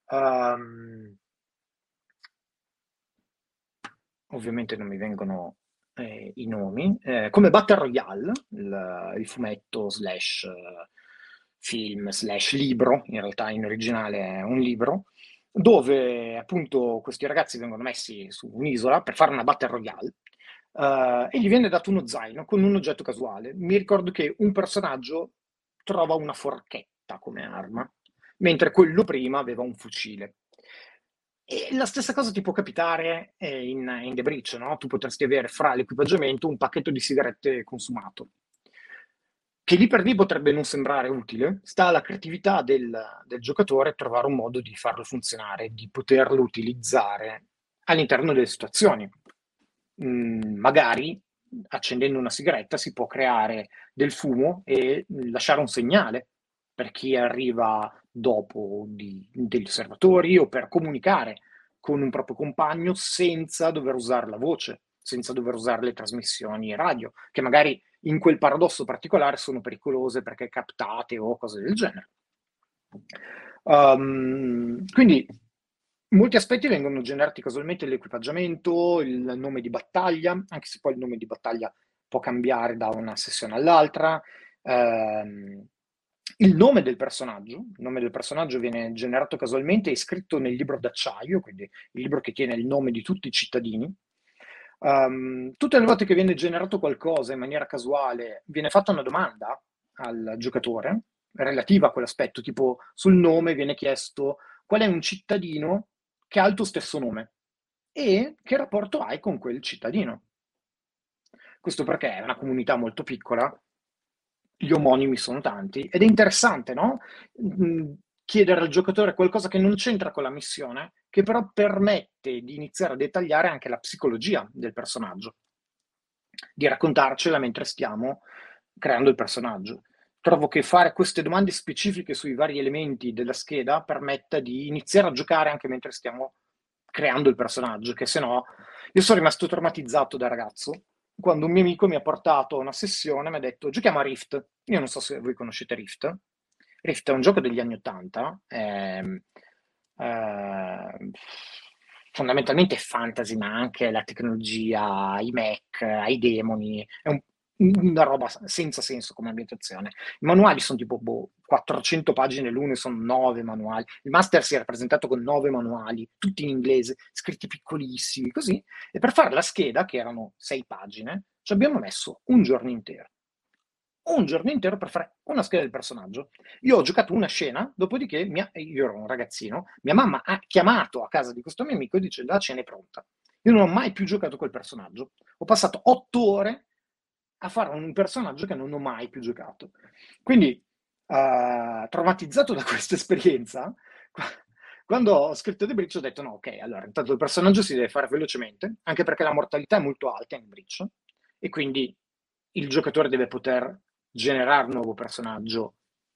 ovviamente non mi vengono i nomi, come Battle Royale, il fumetto slash film slash libro, in realtà in originale è un libro, dove appunto questi ragazzi vengono messi su un'isola per fare una Battle Royale e gli viene dato uno zaino con un oggetto casuale. Mi ricordo che un personaggio trova una forchetta come arma, mentre quello prima aveva un fucile. E la stessa cosa ti può capitare in The Breach, no? Tu potresti avere fra l'equipaggiamento un pacchetto di sigarette consumato, che lì per lì potrebbe non sembrare utile. Sta alla creatività del giocatore trovare un modo di farlo funzionare, di poterlo utilizzare all'interno delle situazioni. Magari accendendo una sigaretta si può creare del fumo e lasciare un segnale per chi arriva dopo degli osservatori o per comunicare con un proprio compagno senza dover usare la voce, senza dover usare le trasmissioni radio, che magari in quel paradosso particolare sono pericolose perché captate o cose del genere. Quindi molti aspetti vengono generati casualmente: l'equipaggiamento, il nome di battaglia, anche se poi il nome di battaglia può cambiare da una sessione all'altra. Il nome del personaggio viene generato casualmente e scritto nel libro d'acciaio, quindi il libro che tiene il nome di tutti i cittadini. Tutte le volte che viene generato qualcosa in maniera casuale, viene fatta una domanda al giocatore relativa a quell'aspetto, tipo sul nome viene chiesto qual è un cittadino che ha il tuo stesso nome e che rapporto hai con quel cittadino. Questo perché è una comunità molto piccola, gli omonimi sono tanti ed è interessante, no? Chiedere al giocatore qualcosa che non c'entra con la missione, che però permette di iniziare a dettagliare anche la psicologia del personaggio, di raccontarcela mentre stiamo creando il personaggio. Trovo che fare queste domande specifiche sui vari elementi della scheda permetta di iniziare a giocare anche mentre stiamo creando il personaggio, che se no io sono rimasto traumatizzato da ragazzo quando un mio amico mi ha portato a una sessione e mi ha detto giochiamo a Rift. Io non so se voi conoscete Rift. Rift è un gioco degli anni 80, fondamentalmente fantasy, ma anche la tecnologia, i mech, i demoni, è una roba senza senso come ambientazione. I manuali sono tipo 400 pagine l'uno e sono 9 manuali. Il master si è rappresentato con 9 manuali, tutti in inglese, scritti piccolissimi, così. E per fare la scheda, che erano 6 pagine, ci abbiamo messo un giorno intero per fare una scheda del personaggio. Io ho giocato una scena, dopodiché io ero un ragazzino, mia mamma ha chiamato a casa di questo mio amico e dice la cena è pronta. Io non ho mai più giocato quel personaggio. Ho passato 8 ore a fare un personaggio che non ho mai più giocato. Quindi, traumatizzato da questa esperienza, quando ho scritto The Breach ho detto no, ok, allora intanto il personaggio si deve fare velocemente, anche perché la mortalità è molto alta in Breach, e quindi il giocatore deve poter generare un nuovo personaggio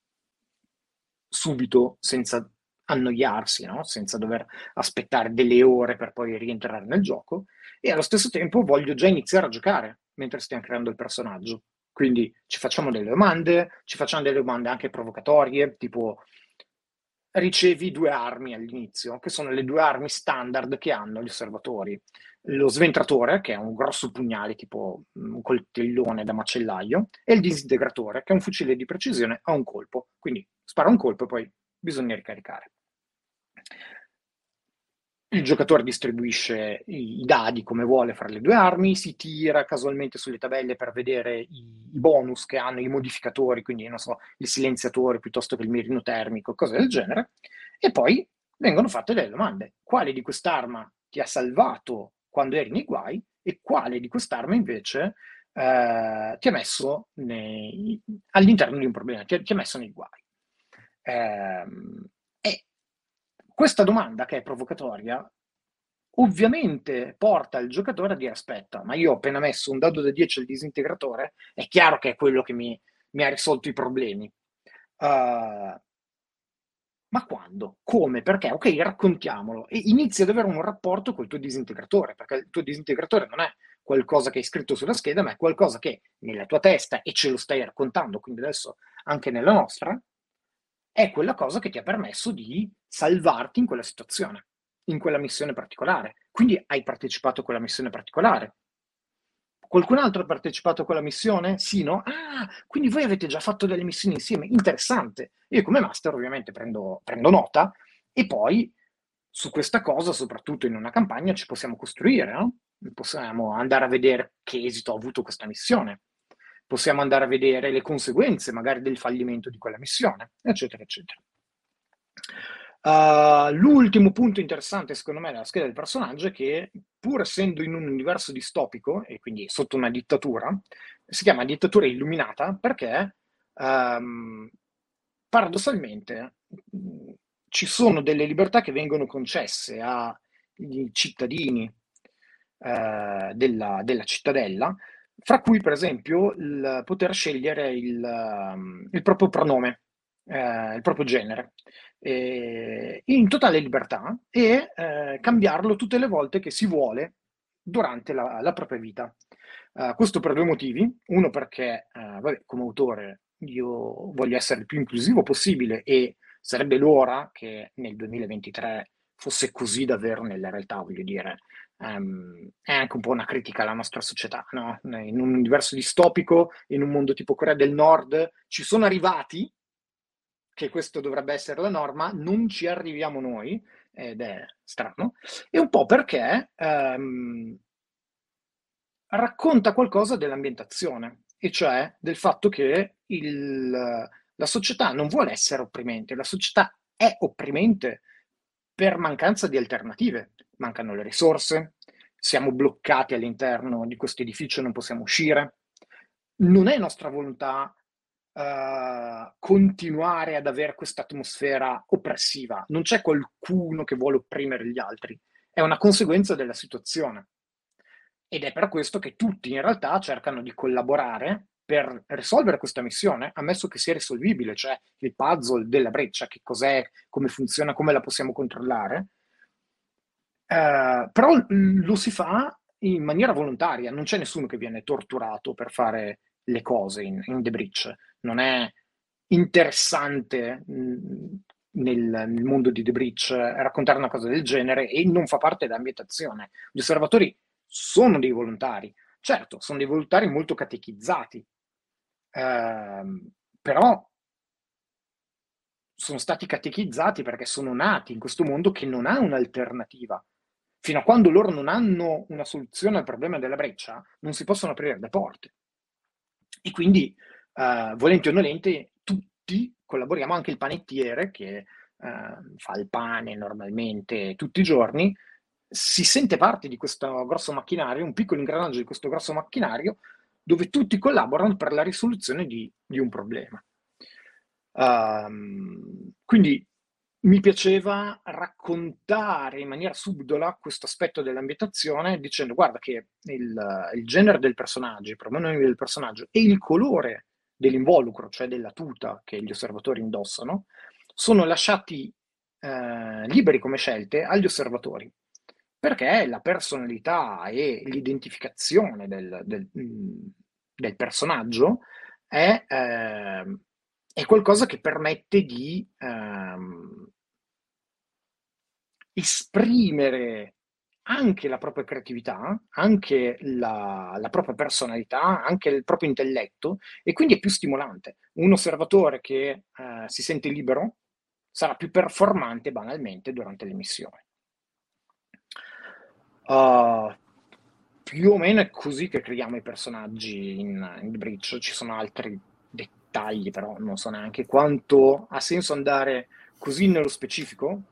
subito, senza annoiarsi, no? Senza dover aspettare delle ore per poi rientrare nel gioco, e allo stesso tempo voglio già iniziare a giocare mentre stiamo creando il personaggio. Quindi ci facciamo delle domande anche provocatorie, tipo ricevi 2 armi all'inizio, che sono le 2 armi standard che hanno gli osservatori. Lo sventratore, che è un grosso pugnale tipo un coltellone da macellaio, e il disintegratore, che è un fucile di precisione a un colpo. Quindi spara un colpo e poi bisogna ricaricare. il giocatore distribuisce i dadi come vuole fra le due armi, si tira casualmente sulle tabelle per vedere i bonus che hanno i modificatori, quindi non so, il silenziatore piuttosto che il mirino termico, cose del genere, e poi vengono fatte delle domande. Quale di quest'arma ti ha salvato quando eri nei guai e quale di quest'arma invece ti ha messo all'interno di un problema, ti ha messo nei guai. E questa domanda, che è provocatoria, ovviamente porta il giocatore a dire: aspetta, ma io ho appena messo un dado da 10 al disintegratore, è chiaro che è quello che mi ha risolto i problemi. Ma quando? Come? Perché? Ok, raccontiamolo. E inizi ad avere un rapporto col tuo disintegratore, perché il tuo disintegratore non è qualcosa che hai scritto sulla scheda, ma è qualcosa che nella tua testa, e ce lo stai raccontando, quindi adesso anche nella nostra, è quella cosa che ti ha permesso di salvarti in quella situazione, in quella missione particolare. Quindi hai partecipato a quella missione particolare. Qualcun altro ha partecipato a quella missione? Sì, no? Ah, quindi voi avete già fatto delle missioni insieme. Interessante. Io come master ovviamente prendo nota, e poi su questa cosa, soprattutto in una campagna, ci possiamo costruire, no? Possiamo andare a vedere che esito ha avuto questa missione. Possiamo andare a vedere le conseguenze magari del fallimento di quella missione, eccetera, eccetera. L'ultimo punto interessante secondo me della scheda del personaggio è che, pur essendo in un universo distopico e quindi sotto una dittatura, si chiama dittatura illuminata perché paradossalmente ci sono delle libertà che vengono concesse ai cittadini della cittadella, fra cui per esempio il poter scegliere il proprio pronome, il proprio genere, in totale libertà, e cambiarlo tutte le volte che si vuole durante la propria vita. Questo per due motivi: uno perché vabbè, come autore io voglio essere il più inclusivo possibile, e sarebbe l'ora che nel 2023 fosse così davvero nella realtà, voglio dire. È anche un po' una critica alla nostra società, no? In un universo distopico, in un mondo tipo Corea del Nord, ci sono arrivati, che questo dovrebbe essere la norma, non ci arriviamo noi, ed è strano, e un po' perché racconta qualcosa dell'ambientazione, e cioè del fatto che la società non vuole essere opprimente, la società è opprimente per mancanza di alternative. Mancano le risorse, siamo bloccati all'interno di questo edificio e non possiamo uscire. Non è nostra volontà continuare ad avere questa atmosfera oppressiva. Non c'è qualcuno che vuole opprimere gli altri, è una conseguenza della situazione. Ed è per questo che tutti in realtà cercano di collaborare per risolvere questa missione, ammesso che sia risolvibile, cioè il puzzle della breccia, che cos'è, come funziona, come la possiamo controllare. Però lo si fa in maniera volontaria, non c'è nessuno che viene torturato per fare le cose in The Breach. Non è interessante nel mondo di The Breach raccontare una cosa del genere, e non fa parte dell'ambientazione. Gli osservatori sono dei volontari, certo, sono dei volontari molto catechizzati, però sono stati catechizzati perché sono nati in questo mondo che non ha un'alternativa. Fino a quando loro non hanno una soluzione al problema della breccia, non si possono aprire le porte. E quindi, volenti o nolenti, tutti collaboriamo, anche il panettiere che fa il pane normalmente tutti i giorni, si sente parte di questo grosso macchinario, un piccolo ingranaggio di questo grosso macchinario, dove tutti collaborano per la risoluzione di un problema. Quindi mi piaceva raccontare in maniera subdola questo aspetto dell'ambientazione, dicendo: guarda che il genere del personaggio, i pronome del personaggio e il colore dell'involucro, cioè della tuta che gli osservatori indossano, sono lasciati liberi come scelte agli osservatori, perché la personalità e l'identificazione del personaggio è qualcosa che permette di esprimere anche la propria creatività, anche la propria personalità, anche il proprio intelletto, e quindi è più stimolante. Un osservatore che si sente libero sarà più performante banalmente durante le missioni. Più o meno è così che creiamo i personaggi in The Breach. Ci sono altri dettagli, però non so neanche quanto ha senso andare così nello specifico.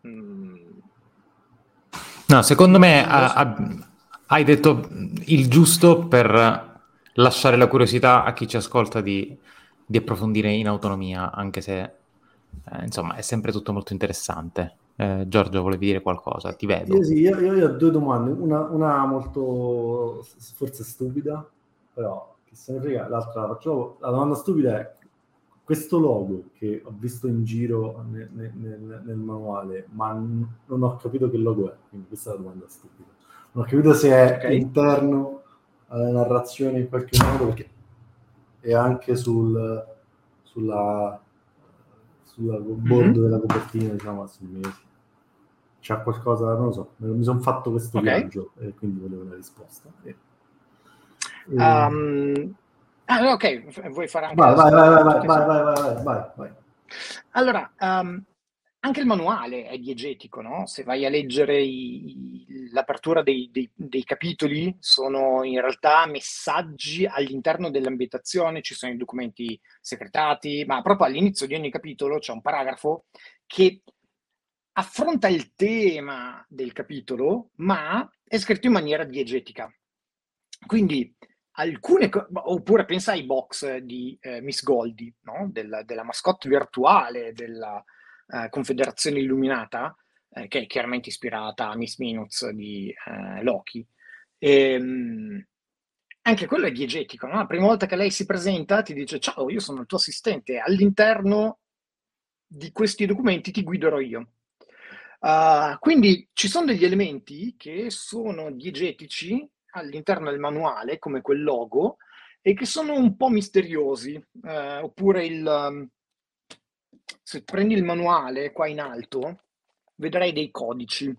No, secondo me Non so. hai detto il giusto per lasciare la curiosità a chi ci ascolta di approfondire in autonomia, anche se insomma è sempre tutto molto interessante. Giorgio, volevi dire qualcosa? Ti vedo. Io ho due domande, una molto forse stupida, però che se ne frega, l'altra la faccio. La domanda stupida è: questo logo che ho visto in giro nel manuale, ma non ho capito che logo è, quindi questa è la domanda stupida. Non ho capito se è interno alla narrazione in qualche modo, perché è anche sulla bordo della copertina, diciamo, sul mese. C'è qualcosa, non lo so, mi sono fatto questo viaggio e quindi volevo una risposta. Ok, vuoi fare anche vai. Allora, anche il manuale è diegetico, no? Se vai a leggere l'apertura dei capitoli, sono in realtà messaggi all'interno dell'ambientazione, ci sono i documenti segretati, ma proprio all'inizio di ogni capitolo c'è un paragrafo che affronta il tema del capitolo, ma è scritto in maniera diegetica. Quindi oppure pensa ai box di Miss Goldie, no? della mascotte virtuale della Confederazione Illuminata, che è chiaramente ispirata a Miss Minutes di Loki. Anche quello è diegetico, no? La prima volta che lei si presenta ti dice: ciao, io sono il tuo assistente, all'interno di questi documenti ti guiderò io. Quindi ci sono degli elementi che sono diegetici all'interno del manuale, come quel logo, e che sono un po' misteriosi. Oppure se prendi il manuale qua in alto, vedrai dei codici.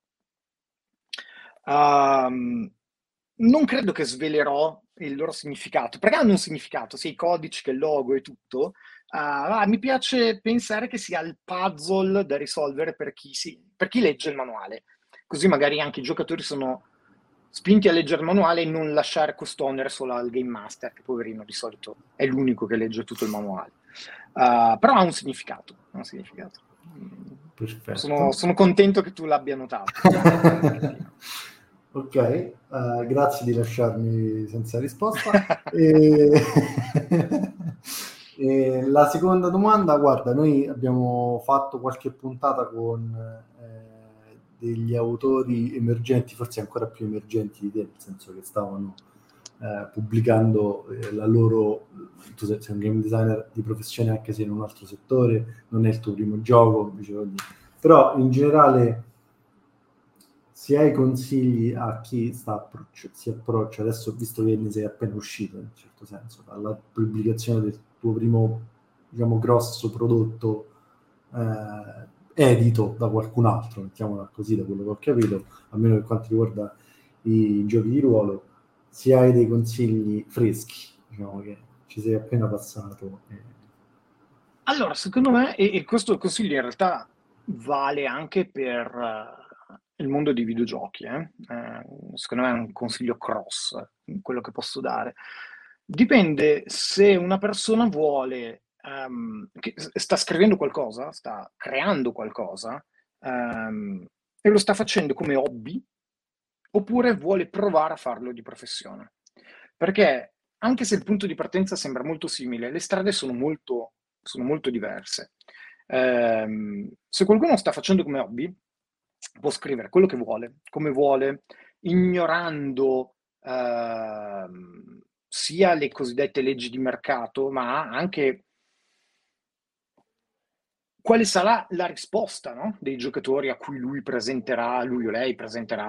Non credo che svelerò il loro significato, perché hanno un significato, sia i codici che il logo e tutto. Mi piace pensare che sia il puzzle da risolvere per chi legge il manuale. Così magari anche i giocatori sono spinti a leggere il manuale e non lasciare questo onere solo al Game Master, che poverino di solito è l'unico che legge tutto il manuale. Però ha un significato. Perfetto. Sono contento che tu l'abbia notato. Ok, grazie di lasciarmi senza risposta. La seconda domanda, guarda, noi abbiamo fatto qualche puntata con degli autori emergenti, forse ancora più emergenti di te, nel senso che stavano pubblicando la loro. Tu sei un game designer di professione, anche se in un altro settore, non è il tuo primo gioco, però in generale, se hai consigli a chi si approccia, adesso visto che ne sei appena uscito, in un certo senso, dalla pubblicazione del tuo primo, diciamo, grosso prodotto edito da qualcun altro, mettiamola così, da quello che ho capito, almeno per quanto riguarda i giochi di ruolo, se hai dei consigli freschi, diciamo, che ci sei appena passato. Allora, secondo me, e questo consiglio in realtà vale anche per il mondo dei videogiochi, secondo me è un consiglio cross, quello che posso dare. Dipende se una persona vuole, che sta scrivendo qualcosa, sta creando qualcosa, e lo sta facendo come hobby, oppure vuole provare a farlo di professione. Perché anche se il punto di partenza sembra molto simile, le strade sono molto diverse. Se qualcuno sta facendo come hobby, può scrivere quello che vuole, come vuole, ignorando sia le cosiddette leggi di mercato, ma anche quale sarà la risposta, no? Dei giocatori a cui lui o lei presenterà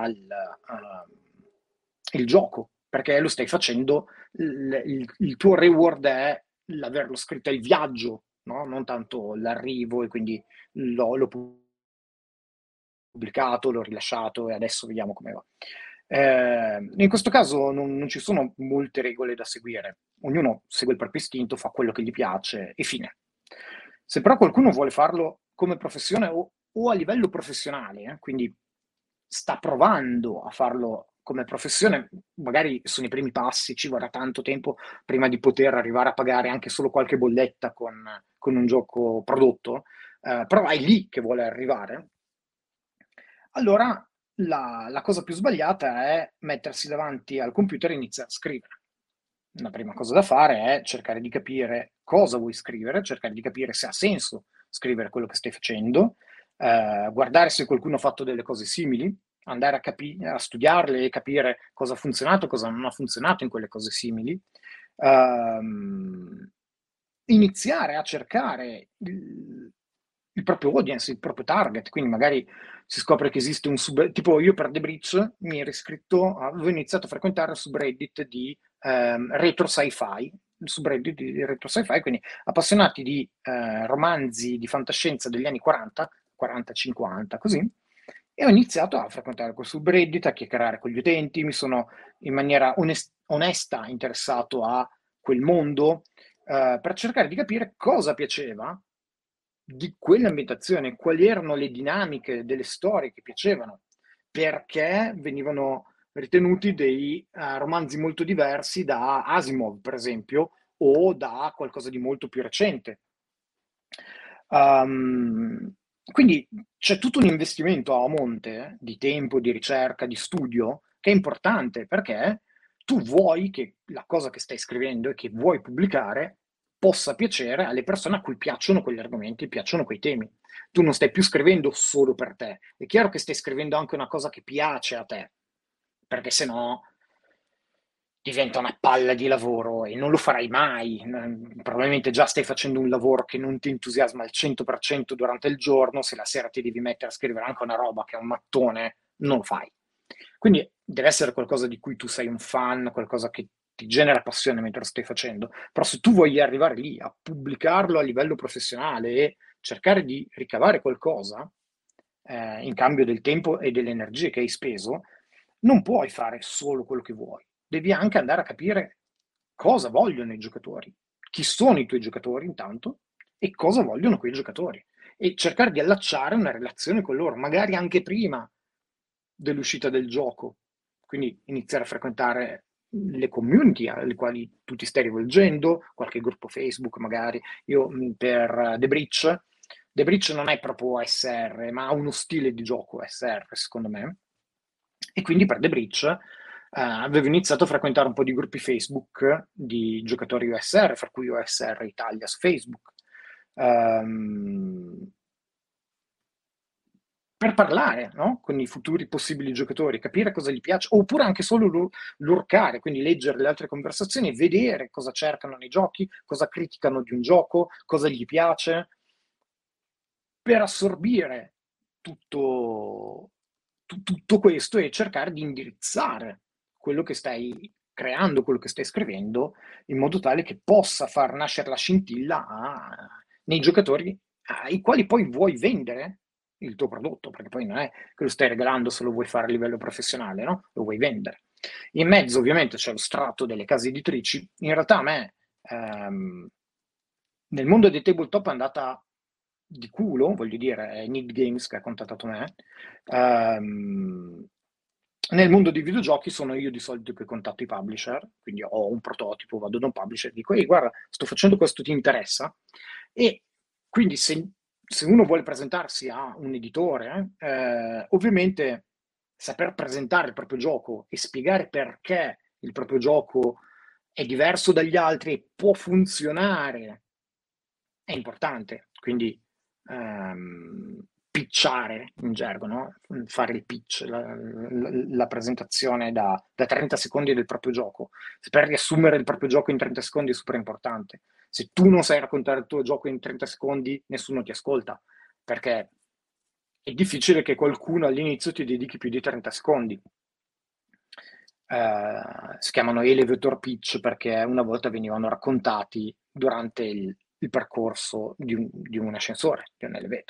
il gioco, perché lo stai facendo, il tuo reward è l'averlo scritto, è il viaggio, no? Non tanto l'arrivo, e quindi l'ho pubblicato, l'ho rilasciato e adesso vediamo come va. In questo caso non ci sono molte regole da seguire, ognuno segue il proprio istinto, fa quello che gli piace e fine. Se però qualcuno vuole farlo come professione o a livello professionale, quindi sta provando a farlo come professione, magari sono i primi passi, ci vorrà tanto tempo prima di poter arrivare a pagare anche solo qualche bolletta con un gioco prodotto, però è lì che vuole arrivare, allora la cosa più sbagliata è mettersi davanti al computer e iniziare a scrivere. La prima cosa da fare è cercare di capire cosa vuoi scrivere, cercare di capire se ha senso scrivere quello che stai facendo, guardare se qualcuno ha fatto delle cose simili, andare a studiarle e capire cosa ha funzionato, cosa non ha funzionato in quelle cose simili, iniziare a cercare il proprio audience, il proprio target, quindi magari si scopre che esiste tipo io per The Breach mi ero iscritto, avevo iniziato a frequentare il subreddit di retro sci-fi, il subreddit di retro sci-fi, quindi appassionati di romanzi di fantascienza degli anni 40, 50, così, e ho iniziato a frequentare quel subreddit, a chiacchierare con gli utenti, mi sono in maniera onesta interessato a quel mondo, per cercare di capire cosa piaceva di quell'ambientazione, quali erano le dinamiche delle storie che piacevano, perché venivano ritenuti dei romanzi molto diversi da Asimov, per esempio, o da qualcosa di molto più recente. Quindi c'è tutto un investimento a monte di tempo, di ricerca, di studio, che è importante perché tu vuoi che la cosa che stai scrivendo e che vuoi pubblicare possa piacere alle persone a cui piacciono quegli argomenti, piacciono quei temi. Tu non stai più scrivendo solo per te. È chiaro che stai scrivendo anche una cosa che piace a te, perché sennò diventa una palla di lavoro e non lo farai mai. Probabilmente già stai facendo un lavoro che non ti entusiasma al 100% durante il giorno, se la sera ti devi mettere a scrivere anche una roba che è un mattone, non lo fai. Quindi deve essere qualcosa di cui tu sei un fan, qualcosa che ti genera passione mentre lo stai facendo. Però se tu vuoi arrivare lì a pubblicarlo a livello professionale e cercare di ricavare qualcosa in cambio del tempo e delle energie che hai speso, non puoi fare solo quello che vuoi. Devi anche andare a capire cosa vogliono i giocatori, chi sono i tuoi giocatori intanto e cosa vogliono quei giocatori e cercare di allacciare una relazione con loro, magari anche prima dell'uscita del gioco. Quindi iniziare a frequentare le community alle quali tu ti stai rivolgendo, qualche gruppo Facebook magari. Io per The Breach non è proprio OSR, ma ha uno stile di gioco OSR, secondo me. E quindi per The Breach avevo iniziato a frequentare un po' di gruppi Facebook di giocatori OSR, fra cui OSR Italia su Facebook, per parlare, no? Con i futuri possibili giocatori, capire cosa gli piace, oppure anche solo lurcare, quindi leggere le altre conversazioni, vedere cosa cercano nei giochi, cosa criticano di un gioco, cosa gli piace, per assorbire tutto questo e cercare di indirizzare quello che stai creando, quello che stai scrivendo, in modo tale che possa far nascere la scintilla nei giocatori ai quali poi vuoi vendere il tuo prodotto, perché poi non è che lo stai regalando se lo vuoi fare a livello professionale, no? Lo vuoi vendere. In mezzo ovviamente c'è lo strato delle case editrici. In realtà a me nel mondo dei tabletop è andata di culo, voglio dire, è Need Games che ha contattato me. Nel mondo dei videogiochi sono io di solito che contatto i publisher, quindi ho un prototipo, vado da un publisher e dico, ehi guarda, sto facendo questo, ti interessa? E quindi se uno vuole presentarsi a un editore, ovviamente saper presentare il proprio gioco e spiegare perché il proprio gioco è diverso dagli altri e può funzionare è importante. Quindi pitchare in gergo, no? Fare il pitch, la presentazione da 30 secondi del proprio gioco. Per riassumere il proprio gioco in 30 secondi è super importante. Se tu non sai raccontare il tuo gioco in 30 secondi, nessuno ti ascolta, perché è difficile che qualcuno all'inizio ti dedichi più di 30 secondi. Si chiamano elevator pitch perché una volta venivano raccontati durante il percorso di un ascensore, di un elevator.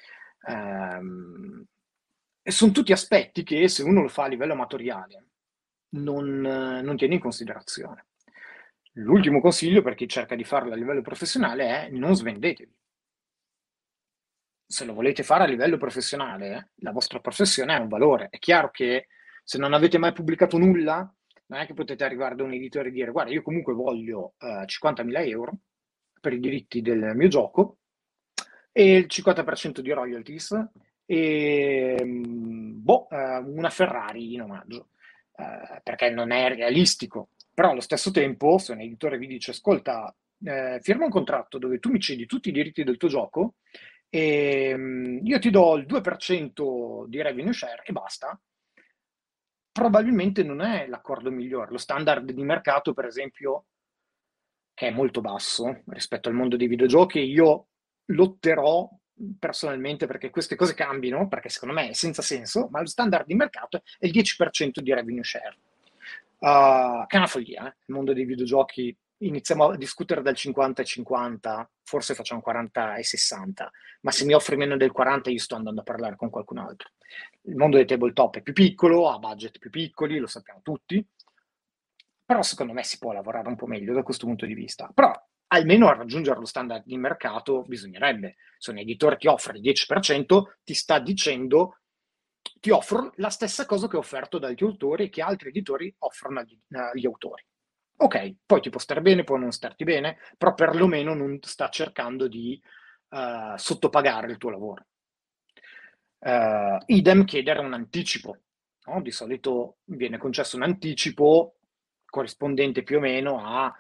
E sono tutti aspetti che se uno lo fa a livello amatoriale non tiene in considerazione. L'ultimo consiglio per chi cerca di farlo a livello professionale è non svendetevi. se lo volete fare a livello professionale, la vostra professione ha un valore. È chiaro che se non avete mai pubblicato nulla, non è che potete arrivare da un editore e dire: guarda, io comunque voglio 50.000 euro per i diritti del mio gioco e il 50% di royalties e una Ferrari in omaggio, perché non è realistico. Però allo stesso tempo, se un editore vi dice: ascolta, firma un contratto dove tu mi cedi tutti i diritti del tuo gioco e io ti do il 2% di revenue share e basta, probabilmente non è l'accordo migliore. Lo standard di mercato, per esempio, che è molto basso rispetto al mondo dei videogiochi, io lotterò personalmente perché queste cose cambino, perché secondo me è senza senso, ma lo standard di mercato è il 10% di revenue share. Che è una follia, il mondo dei videogiochi. Iniziamo a discutere dal 50 e 50, forse facciamo 40 e 60, ma se mi offri meno del 40 io sto andando a parlare con qualcun altro. Il mondo dei tabletop è più piccolo, ha budget più piccoli, lo sappiamo tutti, però secondo me si può lavorare un po' meglio da questo punto di vista. Però almeno a raggiungere lo standard di mercato bisognerebbe. Se un editore ti offre il 10%, ti sta dicendo: ti offro la stessa cosa che ho offerto dagli autori e che altri editori offrono agli autori. Ok, poi ti può stare bene, può non starti bene, però perlomeno non sta cercando di sottopagare il tuo lavoro. Idem chiedere un anticipo, no? Di solito viene concesso un anticipo corrispondente più o meno al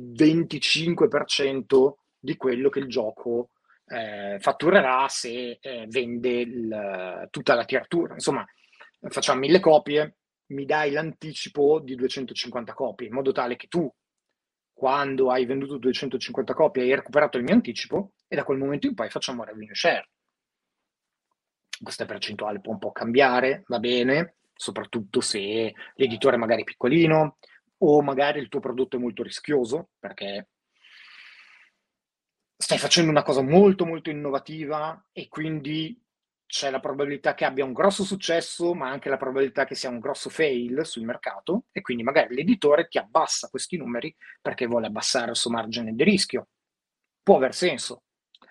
25% di quello che il gioco fatturerà se vende tutta la tiratura. Insomma, facciamo 1000 copie, mi dai l'anticipo di 250 copie, in modo tale che tu, quando hai venduto 250 copie, hai recuperato il mio anticipo e da quel momento in poi facciamo revenue share. Questa percentuale può un po' cambiare, va bene, soprattutto se l'editore magari è piccolino o magari il tuo prodotto è molto rischioso perché stai facendo una cosa molto molto innovativa e quindi c'è la probabilità che abbia un grosso successo, ma anche la probabilità che sia un grosso fail sul mercato, e quindi magari l'editore ti abbassa questi numeri perché vuole abbassare il suo margine di rischio. Può aver senso.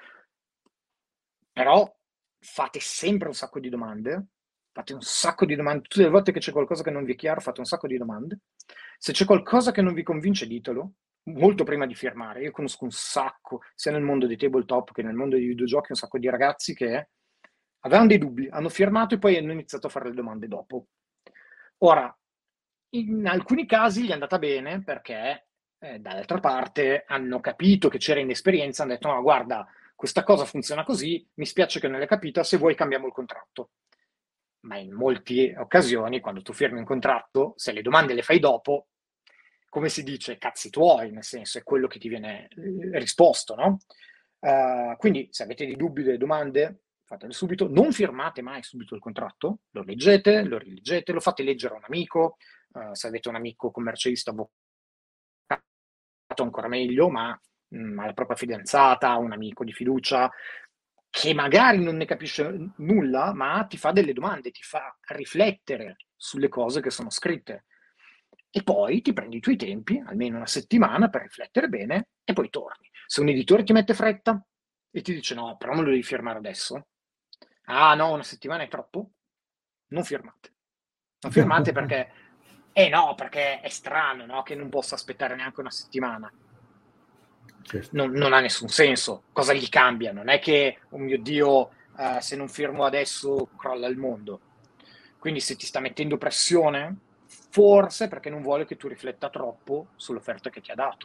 Però fate sempre un sacco di domande, tutte le volte che c'è qualcosa che non vi è chiaro fate un sacco di domande. Se c'è qualcosa che non vi convince, ditelo molto prima di firmare. Io conosco un sacco, sia nel mondo dei tabletop che nel mondo dei videogiochi, un sacco di ragazzi che avevano dei dubbi, hanno firmato e poi hanno iniziato a fare le domande dopo. Ora, in alcuni casi gli è andata bene perché dall'altra parte hanno capito che c'era inesperienza, hanno detto: no, guarda, questa cosa funziona così, mi spiace che non l'hai capita, se vuoi cambiamo il contratto. Ma in molte occasioni, quando tu firmi un contratto, se le domande le fai dopo, come si dice, cazzi tuoi, nel senso è quello che ti viene risposto, no? Quindi se avete dei dubbi, delle domande, fatele subito, non firmate mai subito il contratto, lo leggete, lo rileggete, lo fate leggere a un amico, se avete un amico commercialista, avvocato ancora meglio, ma alla propria fidanzata, un amico di fiducia, che magari non ne capisce nulla, ma ti fa delle domande, ti fa riflettere sulle cose che sono scritte. E poi ti prendi i tuoi tempi, almeno una settimana, per riflettere bene e poi torni. Se un editore ti mette fretta e ti dice: no, però me lo devi firmare adesso. Ah no, una settimana è troppo? Non firmate. Non firmate perché... no, perché è strano, no? Che non possa aspettare neanche una settimana. Certo. Non ha nessun senso. Cosa gli cambia? Non è che, oh mio Dio, se non firmo adesso crolla il mondo. Quindi se ti sta mettendo pressione, forse perché non vuole che tu rifletta troppo sull'offerta che ti ha dato.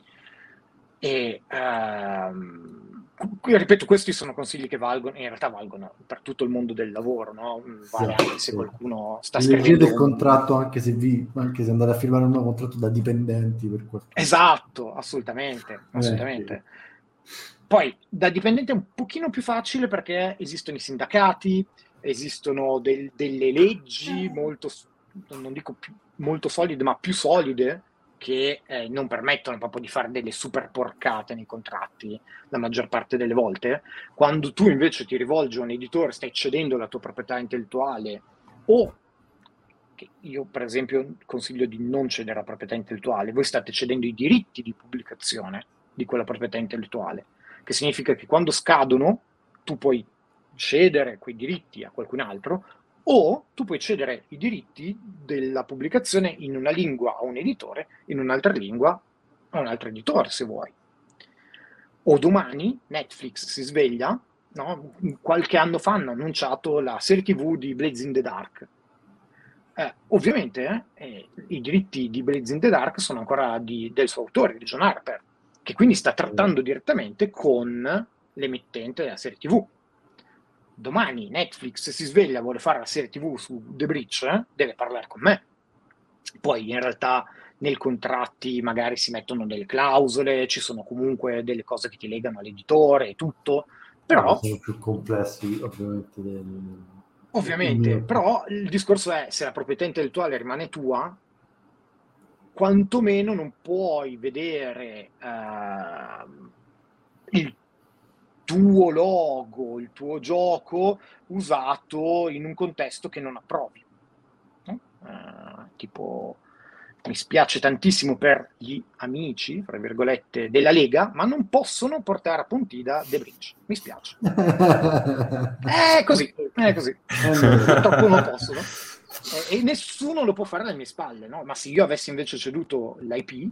E ripeto, questi sono consigli che valgono, in realtà valgono per tutto il mondo del lavoro, no? Vale anche se qualcuno sta scrivendo. Leggete il contratto anche se andate a firmare un nuovo contratto da dipendenti per qualcosa. Esatto, assolutamente. Poi da dipendente è un pochino più facile perché esistono i sindacati, esistono delle leggi molto, non dico molto solide, ma più solide, che non permettono proprio di fare delle super porcate nei contratti la maggior parte delle volte. Quando tu invece ti rivolgi a un editore, stai cedendo la tua proprietà intellettuale, o che io per esempio consiglio di non cedere la proprietà intellettuale, voi state cedendo i diritti di pubblicazione di quella proprietà intellettuale, che significa che quando scadono tu puoi cedere quei diritti a qualcun altro, o tu puoi cedere i diritti della pubblicazione in una lingua a un editore, in un'altra lingua a un altro editore, se vuoi. O domani Netflix si sveglia, no? Qualche anno fa hanno annunciato la serie TV di Blades in the Dark. Ovviamente i diritti di Blades in the Dark sono ancora del suo autore, di John Harper, che quindi sta trattando direttamente con l'emittente della serie TV. Domani Netflix si sveglia, vuole fare la serie TV su The Breach, deve parlare con me. Poi in realtà nei contratti magari si mettono delle clausole, ci sono comunque delle cose che ti legano all'editore e tutto, però sono più complessi ovviamente, però il discorso è, se la proprietà intellettuale rimane tua, quantomeno non puoi vedere il tuo logo, il tuo gioco usato in un contesto che non approvi. Tipo, mi spiace tantissimo per gli amici, fra virgolette, della Lega, ma non possono portare a Pontida The Breach. Mi spiace. È così. Purtroppo non possono. E nessuno lo può fare alle mie spalle, no? Ma se io avessi invece ceduto l'IP,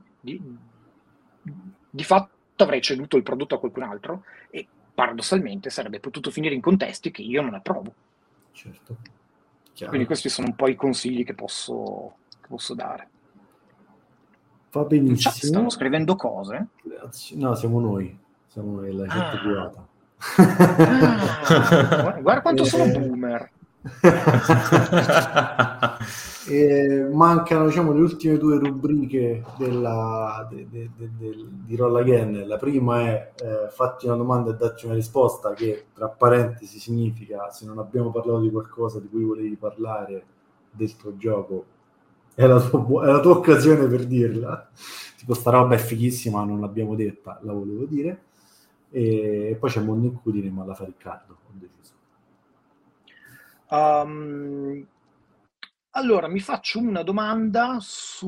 di fatto avrei ceduto il prodotto a qualcun altro e paradossalmente sarebbe potuto finire in contesti che io non approvo. Certo. Chiaro. Quindi questi sono un po' i consigli che posso dare. Va benissimo. Chat, stanno scrivendo cose? No, siamo noi la gente privata. Guarda quanto sono boomer. Mancano, diciamo, le ultime due rubriche di Roll Again. La prima è fatti una domanda e dacci una risposta, che tra parentesi significa: se non abbiamo parlato di qualcosa di cui volevi parlare del tuo gioco, è la tua occasione per dirla. Tipo, sta roba è fighissima, non l'abbiamo detta, la volevo dire. E poi c'è Mondo Incudine, ma la fa Riccardo, ho deciso. Allora, mi faccio una domanda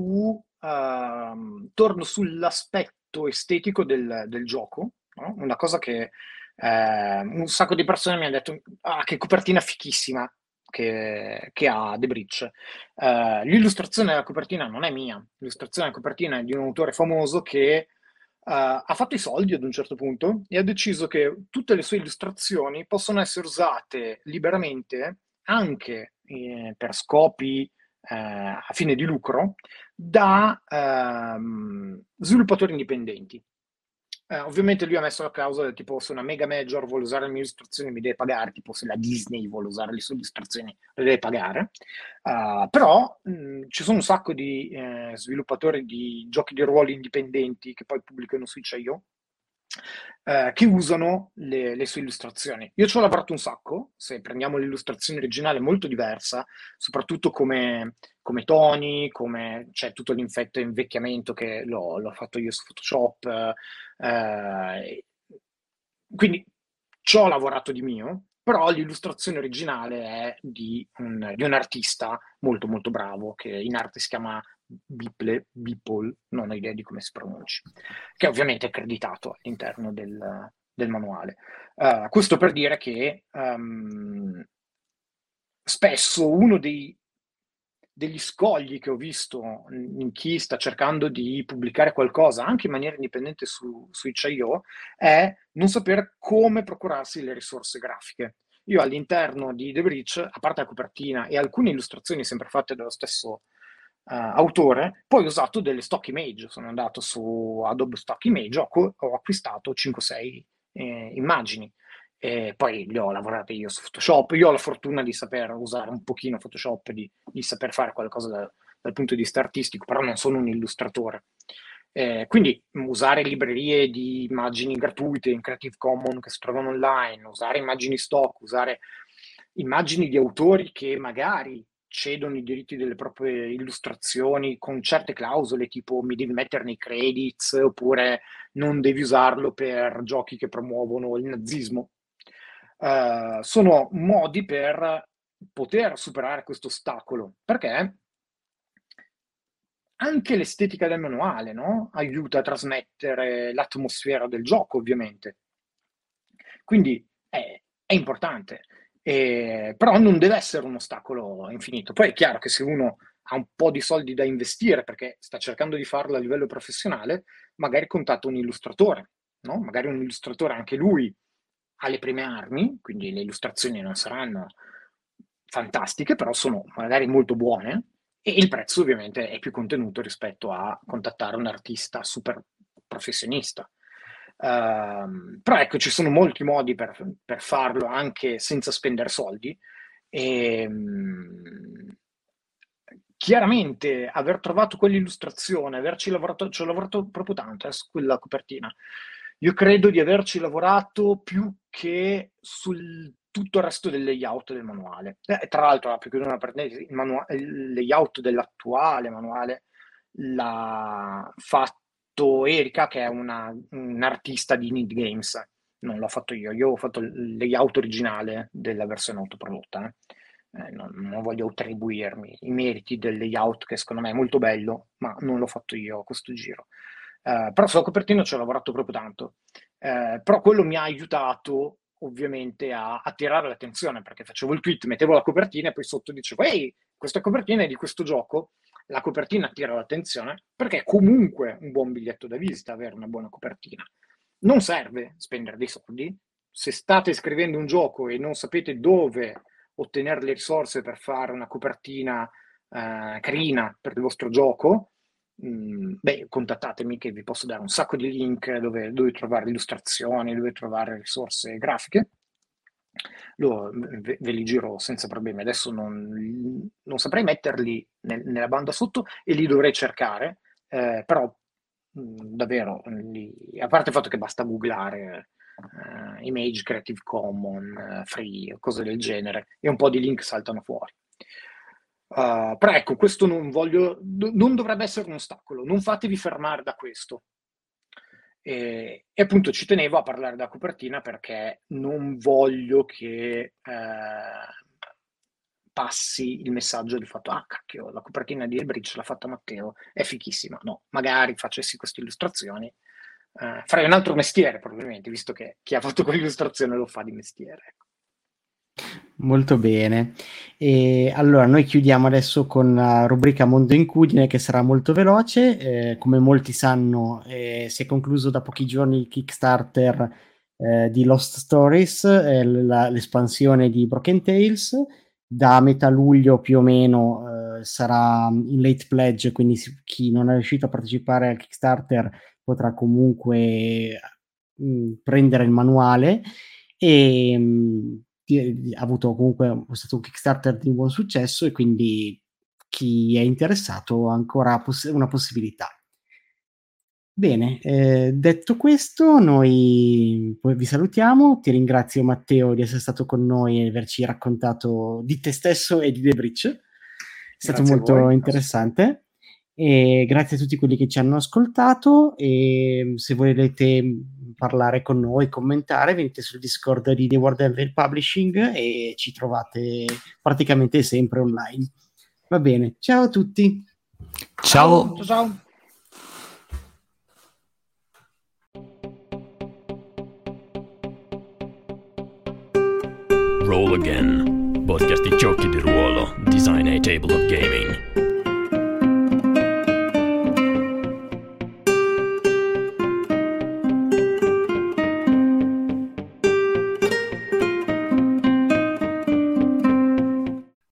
torno sull'aspetto estetico del gioco, no? Una cosa che un sacco di persone mi hanno detto: che copertina fichissima che ha The Breach. L'illustrazione della copertina non è mia, l'illustrazione della copertina è di un autore famoso che ha fatto i soldi ad un certo punto e ha deciso che tutte le sue illustrazioni possono essere usate liberamente anche per scopi a fine di lucro da sviluppatori indipendenti. Ovviamente lui ha messo la clausola tipo: se una mega major vuole usare le mie illustrazioni mi deve pagare, tipo se la Disney vuole usare le sue illustrazioni le deve pagare. Però ci sono un sacco di sviluppatori di giochi di ruolo indipendenti che poi pubblicano su itch.io che usano le sue illustrazioni. Io ci ho lavorato un sacco. Se prendiamo l'illustrazione originale è molto diversa, soprattutto come toni, come c'è tutto l'infetto invecchiamento che l'ho fatto io su Photoshop, quindi ci ho lavorato di mio, però l'illustrazione originale è di un artista molto molto bravo, che in arte si chiama Beeple, non ho idea di come si pronunci, che ovviamente è accreditato all'interno del manuale. Questo per dire che spesso uno degli scogli che ho visto in chi sta cercando di pubblicare qualcosa anche in maniera indipendente su itch.io è non sapere come procurarsi le risorse grafiche. Io all'interno di The Breach, a parte la copertina e alcune illustrazioni sempre fatte dallo stesso autore, poi ho usato delle stock image. Sono andato su Adobe Stock Image, ho acquistato 5-6 immagini e poi le ho lavorate io su Photoshop. Io ho la fortuna di saper usare un pochino Photoshop, di saper fare qualcosa dal punto di vista artistico, però non sono un illustratore. Quindi usare librerie di immagini gratuite in Creative Commons che si trovano online, usare immagini stock, usare immagini di autori che magari cedono i diritti delle proprie illustrazioni con certe clausole, tipo mi devi mettere nei credits, oppure non devi usarlo per giochi che promuovono il nazismo. Sono modi per poter superare questo ostacolo, perché anche l'estetica del manuale, no? Aiuta a trasmettere l'atmosfera del gioco, ovviamente. Quindi è importante. Però non deve essere un ostacolo infinito. Poi è chiaro che se uno ha un po' di soldi da investire perché sta cercando di farlo a livello professionale, magari contatta un illustratore, no? Magari un illustratore anche lui ha le prime armi, quindi le illustrazioni non saranno fantastiche, però sono magari molto buone e il prezzo ovviamente è più contenuto rispetto a contattare un artista super professionista. Però ecco, ci sono molti modi per farlo anche senza spendere soldi. Chiaramente aver trovato quell'illustrazione, ci ho lavorato proprio tanto su quella copertina. Io credo di averci lavorato più che sul tutto il resto del layout del manuale. Tra l'altro, più che una il layout dell'attuale manuale l'ha fatto Erika, che è un'artista di Need Games. Non l'ho fatto io ho fatto il layout originale della versione autoprodotta. Non voglio attribuirmi i meriti del layout, che secondo me è molto bello, ma non l'ho fatto io a questo giro. Però sulla copertina ci ho lavorato proprio tanto. Però quello mi ha aiutato ovviamente a attirare l'attenzione, perché facevo il tweet, mettevo la copertina e poi sotto dicevo: ehi, questa copertina è di questo gioco. La copertina attira l'attenzione perché è comunque un buon biglietto da visita avere una buona copertina. Non serve spendere dei soldi. Se state scrivendo un gioco e non sapete dove ottenere le risorse per fare una copertina carina per il vostro gioco, contattatemi, che vi posso dare un sacco di link dove trovare illustrazioni, dove trovare risorse grafiche. Ve li giro senza problemi. Adesso non saprei metterli nella banda sotto e li dovrei cercare, però davvero, a parte il fatto che basta googlare Image Creative Commons, free, cose del genere, e un po' di link saltano fuori. Però ecco, questo non dovrebbe essere un ostacolo, non fatevi fermare da questo. E appunto ci tenevo a parlare della copertina perché non voglio che passi il messaggio del fatto: ah cacchio, la copertina di The Breach l'ha fatta Matteo, è fichissima. No, magari facessi queste illustrazioni, farei un altro mestiere probabilmente, visto che chi ha fatto quell'illustrazione lo fa di mestiere. Molto bene. E allora noi chiudiamo adesso con la rubrica Mondo Incudine, che sarà molto veloce. Come molti sanno, si è concluso da pochi giorni il Kickstarter di Lost Stories, l'espansione di Broken Tales. Da metà luglio più o meno sarà in late pledge, quindi chi non è riuscito a partecipare al Kickstarter potrà comunque prendere il manuale. E ha avuto comunque, è stato un Kickstarter di buon successo, e quindi chi è interessato ha ancora una possibilità. Bene, detto questo, noi poi vi salutiamo. Ti ringrazio, Matteo, di essere stato con noi e averci raccontato di te stesso e di The Breach. È stato molto interessante. E grazie a tutti quelli che ci hanno ascoltato, e se volete parlare con noi, commentare, venite sul Discord di The World Anvil Publishing e ci trovate praticamente sempre online. Va bene, ciao a tutti. Ciao. Ciao. Roll Again, podcast di giochi di ruolo, Design a Table of Gaming.